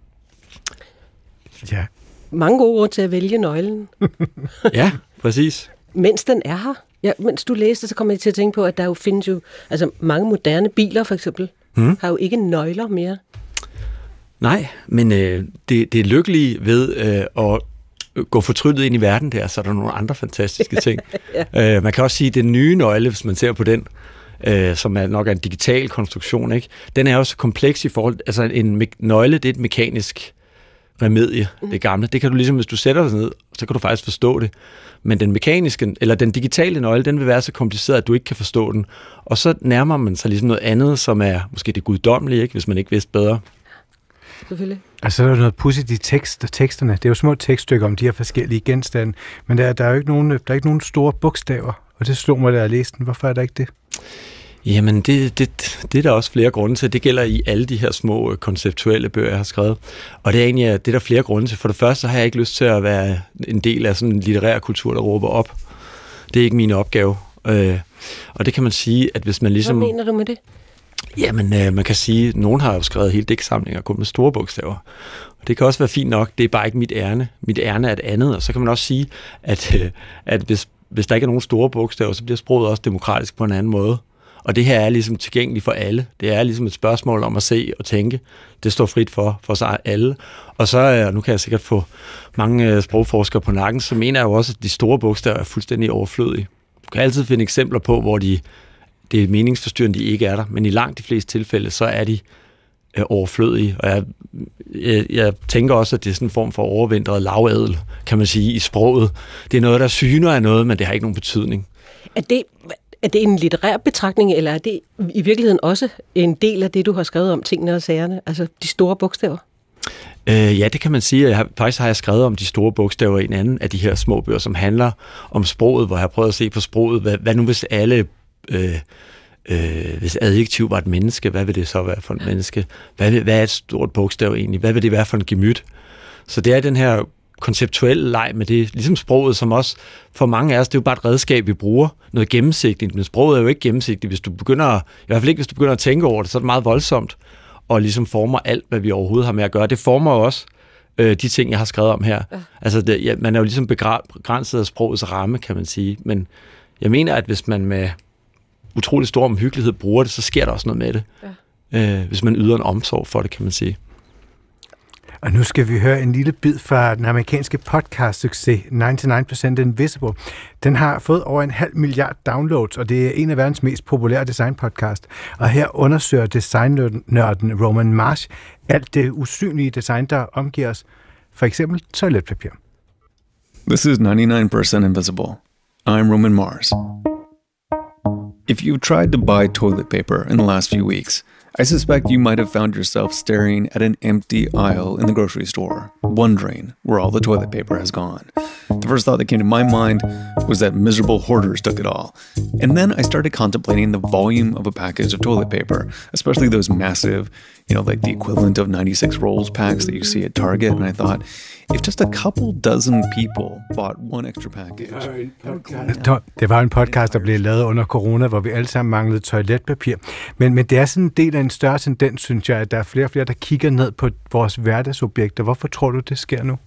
Ja. Mange gode ord til at vælge nøglen. Ja, præcis. Mens den er her. Ja, mens du læste, så kommer jeg til at tænke på, at der jo findes altså mange moderne biler for eksempel, har jo ikke nøgler mere. Nej, men det lykkelige ved at gå fortryllet ind i verden der, så er der nogle andre fantastiske ting. Ja. Man kan også sige, at den nye nøgle, hvis man ser på den, som er nok en digital konstruktion, ikke? Den er også kompleks i forhold, altså en nøgle, det er et mekanisk remedie, det gamle. Det kan du ligesom, hvis du sætter dig ned, så kan du faktisk forstå det. Men den mekaniske, eller den digitale nøgle, den vil være så kompliceret, at du ikke kan forstå den. Og så nærmer man sig ligesom noget andet, som er måske det guddommelige, ikke? Hvis man ikke vidste bedre. Selvfølgelig. Altså, der er noget pudsigt i teksterne. Det er jo små tekststykker om de her forskellige genstande, men der er jo ikke nogen store bogstaver, og det slog mig, da jeg læste den. Hvorfor er der ikke det? Jamen, det er der også flere grunde til. Det gælder i alle de her små konceptuelle bøger, jeg har skrevet. Og det er egentlig det er der flere grunde til. For det første, så har jeg ikke lyst til at være en del af sådan en litterær kultur, der råber op. Det er ikke min opgave. Og det kan man sige, at hvis man ligesom... Hvad mener du med det? Jamen, man kan sige, at nogen har jo skrevet hele digtsamlinger kun med store bogstaver. Og det kan også være fint nok. Det er bare ikke mit ærne. Mit ærne er et andet. Og så kan man også sige, at hvis der ikke er nogen store bogstaver, så bliver sproget også demokratisk på en anden måde. Og det her er ligesom tilgængeligt for alle. Det er ligesom et spørgsmål om at se og tænke. Det står frit for sig alle. Og så, nu kan jeg sikkert få mange sprogforskere på nakken, så mener jeg jo også, at de store bogstaver er fuldstændig overflødige. Du kan altid finde eksempler på, hvor det er meningsforstyrrende, de ikke er der, men i langt de fleste tilfælde, så er de overflødige. Og jeg tænker også, at det er sådan en form for overvintret lavadel, kan man sige, i sproget. Det er noget, der syner af noget, men det har ikke nogen betydning. Er det en litterær betragtning, eller er det i virkeligheden også en del af det, du har skrevet om tingene og sagerne, altså de store bogstaver? Ja, det kan man sige. Faktisk har jeg skrevet om de store bogstaver i en anden af de her små bøger, som handler om sproget, hvor jeg har prøvet at se på sproget. Hvad nu hvis alle... hvis adjektiv var et menneske, hvad vil det så være for et menneske? Hvad er et stort bogstav egentlig? Hvad vil det være for en gemyt? Så det er den her konceptuelle leg med det, ligesom sproget, som også for mange af os, det er jo bare et redskab, vi bruger, noget gennemsigtigt, men sproget er jo ikke gennemsigtigt. Hvis du begynder, i hvert fald ikke, hvis du begynder at tænke over det, så er det meget voldsomt, og ligesom former alt, hvad vi overhovedet har med at gøre. Det former jo også de ting, jeg har skrevet om her. Ja. Altså, man er jo ligesom begrænset af sprogets ramme, kan man sige, men jeg mener, at hvis man med utrolig stor omhyggelighed bruger det, så sker der også noget med det. Ja. Hvis man yder en omsorg for det, kan man sige. Og nu skal vi høre en lille bid fra den amerikanske podcast-succes 99% Invisible. Den har fået over 500 million downloads, og det er en af verdens mest populære designpodcast. Og her undersøger designnørden Roman Marsh alt det usynlige design, der omgiver os. For eksempel toiletpapir. This is 99% Invisible. I'm Roman Mars. If you've tried to buy toilet paper in the last few weeks, I suspect you might have found yourself staring at an empty aisle in the grocery store, wondering where all the toilet paper has gone. The first thought that came to my mind was that miserable hoarders took it all. And then I started contemplating the volume of a package of toilet paper, especially those massive, like the equivalent of 96 rolls packs that you see at Target. And I thought, if just a couple dozen people bought one extra package... Det var en podcast, der blev lavet under corona, hvor vi alle sammen manglede toiletpapir. Men det er sådan en del af en større tendens, synes jeg, at der er flere og flere, der kigger ned på vores hverdagsobjekter. Hvorfor tror du, det sker nu?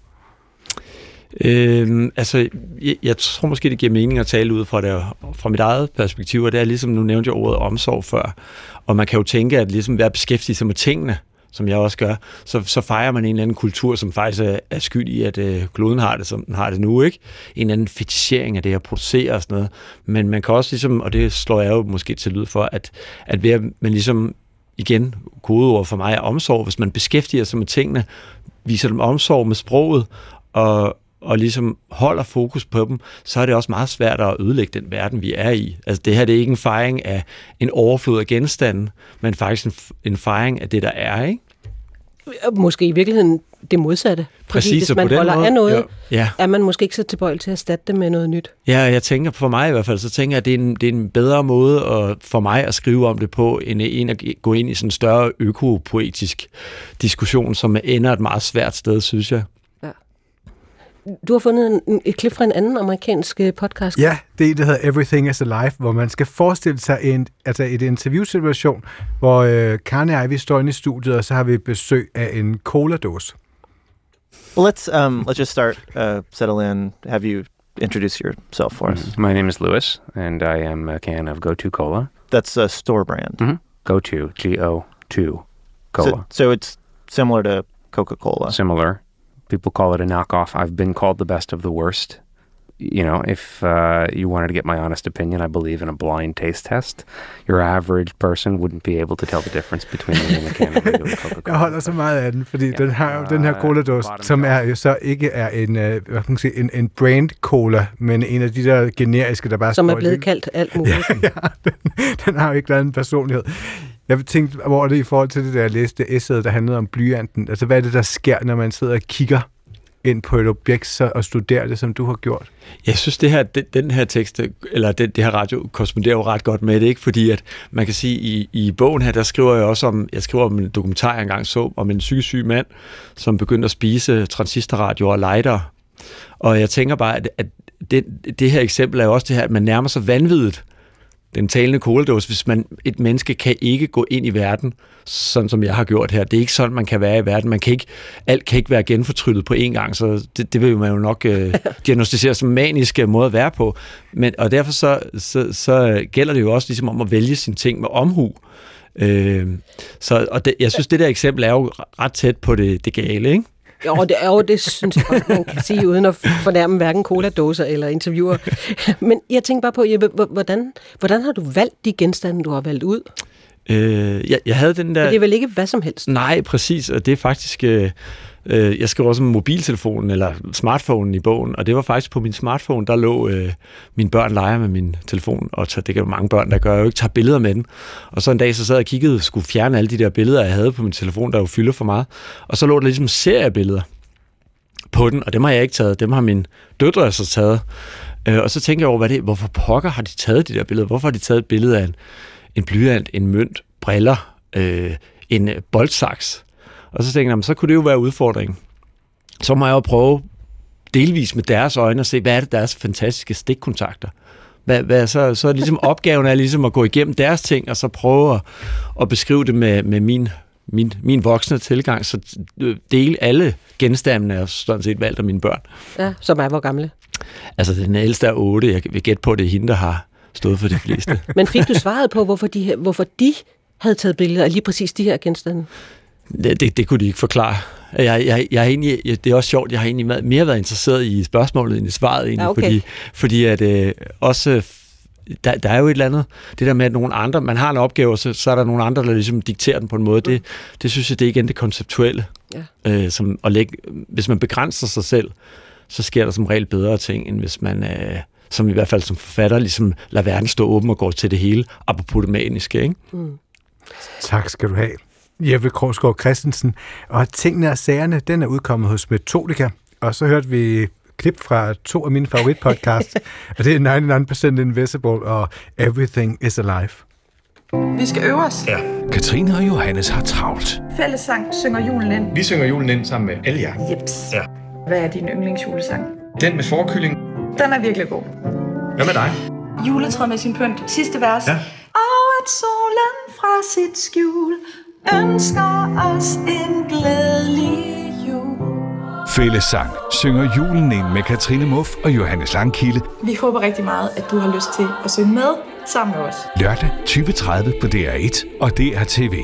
Jeg tror måske, det giver mening at tale ud fra mit eget perspektiv, og det er ligesom, nu nævnte jeg ordet omsorg før, og man kan jo tænke, at ligesom ved at beskæftige sig med tingene, som jeg også gør, så fejrer man en eller anden kultur, som faktisk er skyld i, at kloden har det, som den har det nu, ikke? En eller anden fetichering af det at producere og sådan noget. Men man kan også ligesom, og det slår jeg jo måske til lyd for, at ved at man ligesom, igen, kodeord for mig er omsorg, hvis man beskæftiger sig med tingene, viser dem omsorg med sproget, og ligesom holder fokus på dem, så er det også meget svært at ødelægge den verden, vi er i. Altså det her, det er ikke en fejring af en overflod af genstande, men faktisk en fejring af det, der er, ikke? Måske i virkeligheden det modsatte. Præcis, fordi hvis man holder måde, af noget, ja. Er man måske ikke så tilbøjelig til at erstatte det med noget nyt. Ja, jeg tænker for mig i hvert fald, så tænker jeg, at det er en bedre måde for mig at skrive om det på, end at gå ind i sådan en større økopoetisk diskussion, som ender et meget svært sted, synes jeg. Du har fundet et klip fra en anden amerikansk podcast. Ja, det er en, der hedder Everything is Alive, hvor man skal forestille sig et interviewsituation, hvor Karen og vi står inde i studiet, og så har vi besøg af en cola-dåse. Well, let's just start, settle in, have you introduce yourself for us. My name is Louis, and I am a can of Go-To Cola. That's a store brand. Mm-hmm. Go-To, G-O-2 Cola. So it's similar to Coca-Cola. Similar. People call it a knockoff. I've been called the best of the worst. If you wanted to get my honest opinion, I believe in a blind taste test. Your average person wouldn't be able to tell the difference between me and a can of regular Coca-Cola. Jeg holder så meget af den, fordi den har jo den her cola-dåse, som er jo så ikke er en brand cola, men en af de der generiske, der bare som er blevet kaldt alt muligt. Ja, den har jo ikke en personlighed. Jeg tænkte over det i forhold til det, der jeg læste essayet, der handlede om blyanten. Altså, hvad er det, der sker, når man sidder og kigger ind på et objekt og studerer det, som du har gjort? Jeg synes, den her tekst, eller det her radio, korresponderer jo ret godt med det, ikke? Fordi at man kan sige, i bogen her, der skriver jeg også om en dokumentar, jeg engang så, om en psykisk syg mand, som begyndte at spise transistorradioer og lighter. Og jeg tænker bare, at det her eksempel er jo også det her, at man nærmer sig vanviddet, den talende cola-dåse, hvis et menneske kan ikke gå ind i verden, sådan som jeg har gjort her. Det er ikke sådan, man kan være i verden. Alt kan ikke være genfortryllet på én gang, så det vil man jo nok diagnostisere som manisk måde at være på. Og derfor så gælder det jo også ligesom om at vælge sine ting med omhu. Jeg synes, det der eksempel er jo ret tæt på det gale, ikke? Det synes jeg godt, man kan sige, uden at fornærme hverken cola-dåser eller interviewer. Men jeg tænker bare på, Jeppe, hvordan har du valgt de genstande, du har valgt ud? Jeg havde den der... Det er vel ikke hvad som helst? Nej, præcis, og det er faktisk... jeg skrev også om mobiltelefonen eller smartphonen i bogen, og det var faktisk på min smartphone, der lå mine børn leger med min telefon, og det kan jo mange børn, der gør, jeg jo ikke tager billeder med den. Og så en dag, så sad jeg og kiggede, skulle fjerne alle de der billeder, jeg havde på min telefon, der jo fylder for meget. Og så lå der ligesom seriebilleder på den, og dem har jeg ikke taget, dem har mine døtre så taget. Og så tænker jeg over, hvorfor pokker har de taget de der billeder? Hvorfor har de taget et billede af en blyant, en mønt, briller, en boldsaks? Og så tænker jeg, så kunne det jo være udfordringen. Så må jeg jo prøve delvis med deres øjne at se, hvad er det deres fantastiske stikkontakter? Så ligesom opgaven er ligesom at gå igennem deres ting, og så prøve at beskrive det med min voksne tilgang, så dele alle genstandene er sådan set valgt af mine børn. Ja, som er hvor gamle? Altså den ældste er 8, jeg vil gætte på, at det er hende, der har stået for de fleste. Men fik du svaret på, hvorfor de havde taget billeder af lige præcis de her genstande? Det kunne de ikke forklare. Jeg er egentlig, det er også sjovt, jeg har egentlig mere været interesseret i spørgsmålet end i svaret, egentlig, okay. fordi at også der er jo et eller andet, det der med, at nogle andre, man har en opgave, og så er der nogle andre, der ligesom dikterer den på en måde. Det synes jeg, det er igen det konceptuelle. Ja. Som at lægge, hvis man begrænser sig selv, så sker der som regel bedre ting, end hvis man, som i hvert fald som forfatter, ligesom lader verden stå åben og gå til det hele, apropos det maniske, ikke? Tak skal du have. Jeppe Krogsgaard Christensen. Og Tingene og Sagerne, den er udkommet hos Metodika. Og så hørte vi klip fra 2 af mine favoritpodcasts. Og det er 99% Invisible og Everything is Alive. Vi skal øve os. Ja. Katrine og Johannes har travlt. Fællessang synger julen ind. Vi synger julen ind sammen med alle jer. Jeps. Ja. Hvad er din yndlingsjulesang? Den med forkylling. Den er virkelig god. Hvad med dig? Juletræet med sin pynt. Sidste vers. Ja. Og at solen fra sit skjul ønsker os en glædelig jul. Fællessang synger julen ind med Katrine Muff og Johannes Langkilde. Vi håber rigtig meget, at du har lyst til at synge med sammen med os. Lørdag 20:30 på DR1 og DRTV.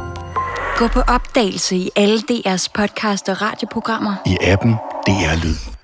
Gå på opdagelse i alle DR's podcast og radioprogrammer. I appen DR Lyd.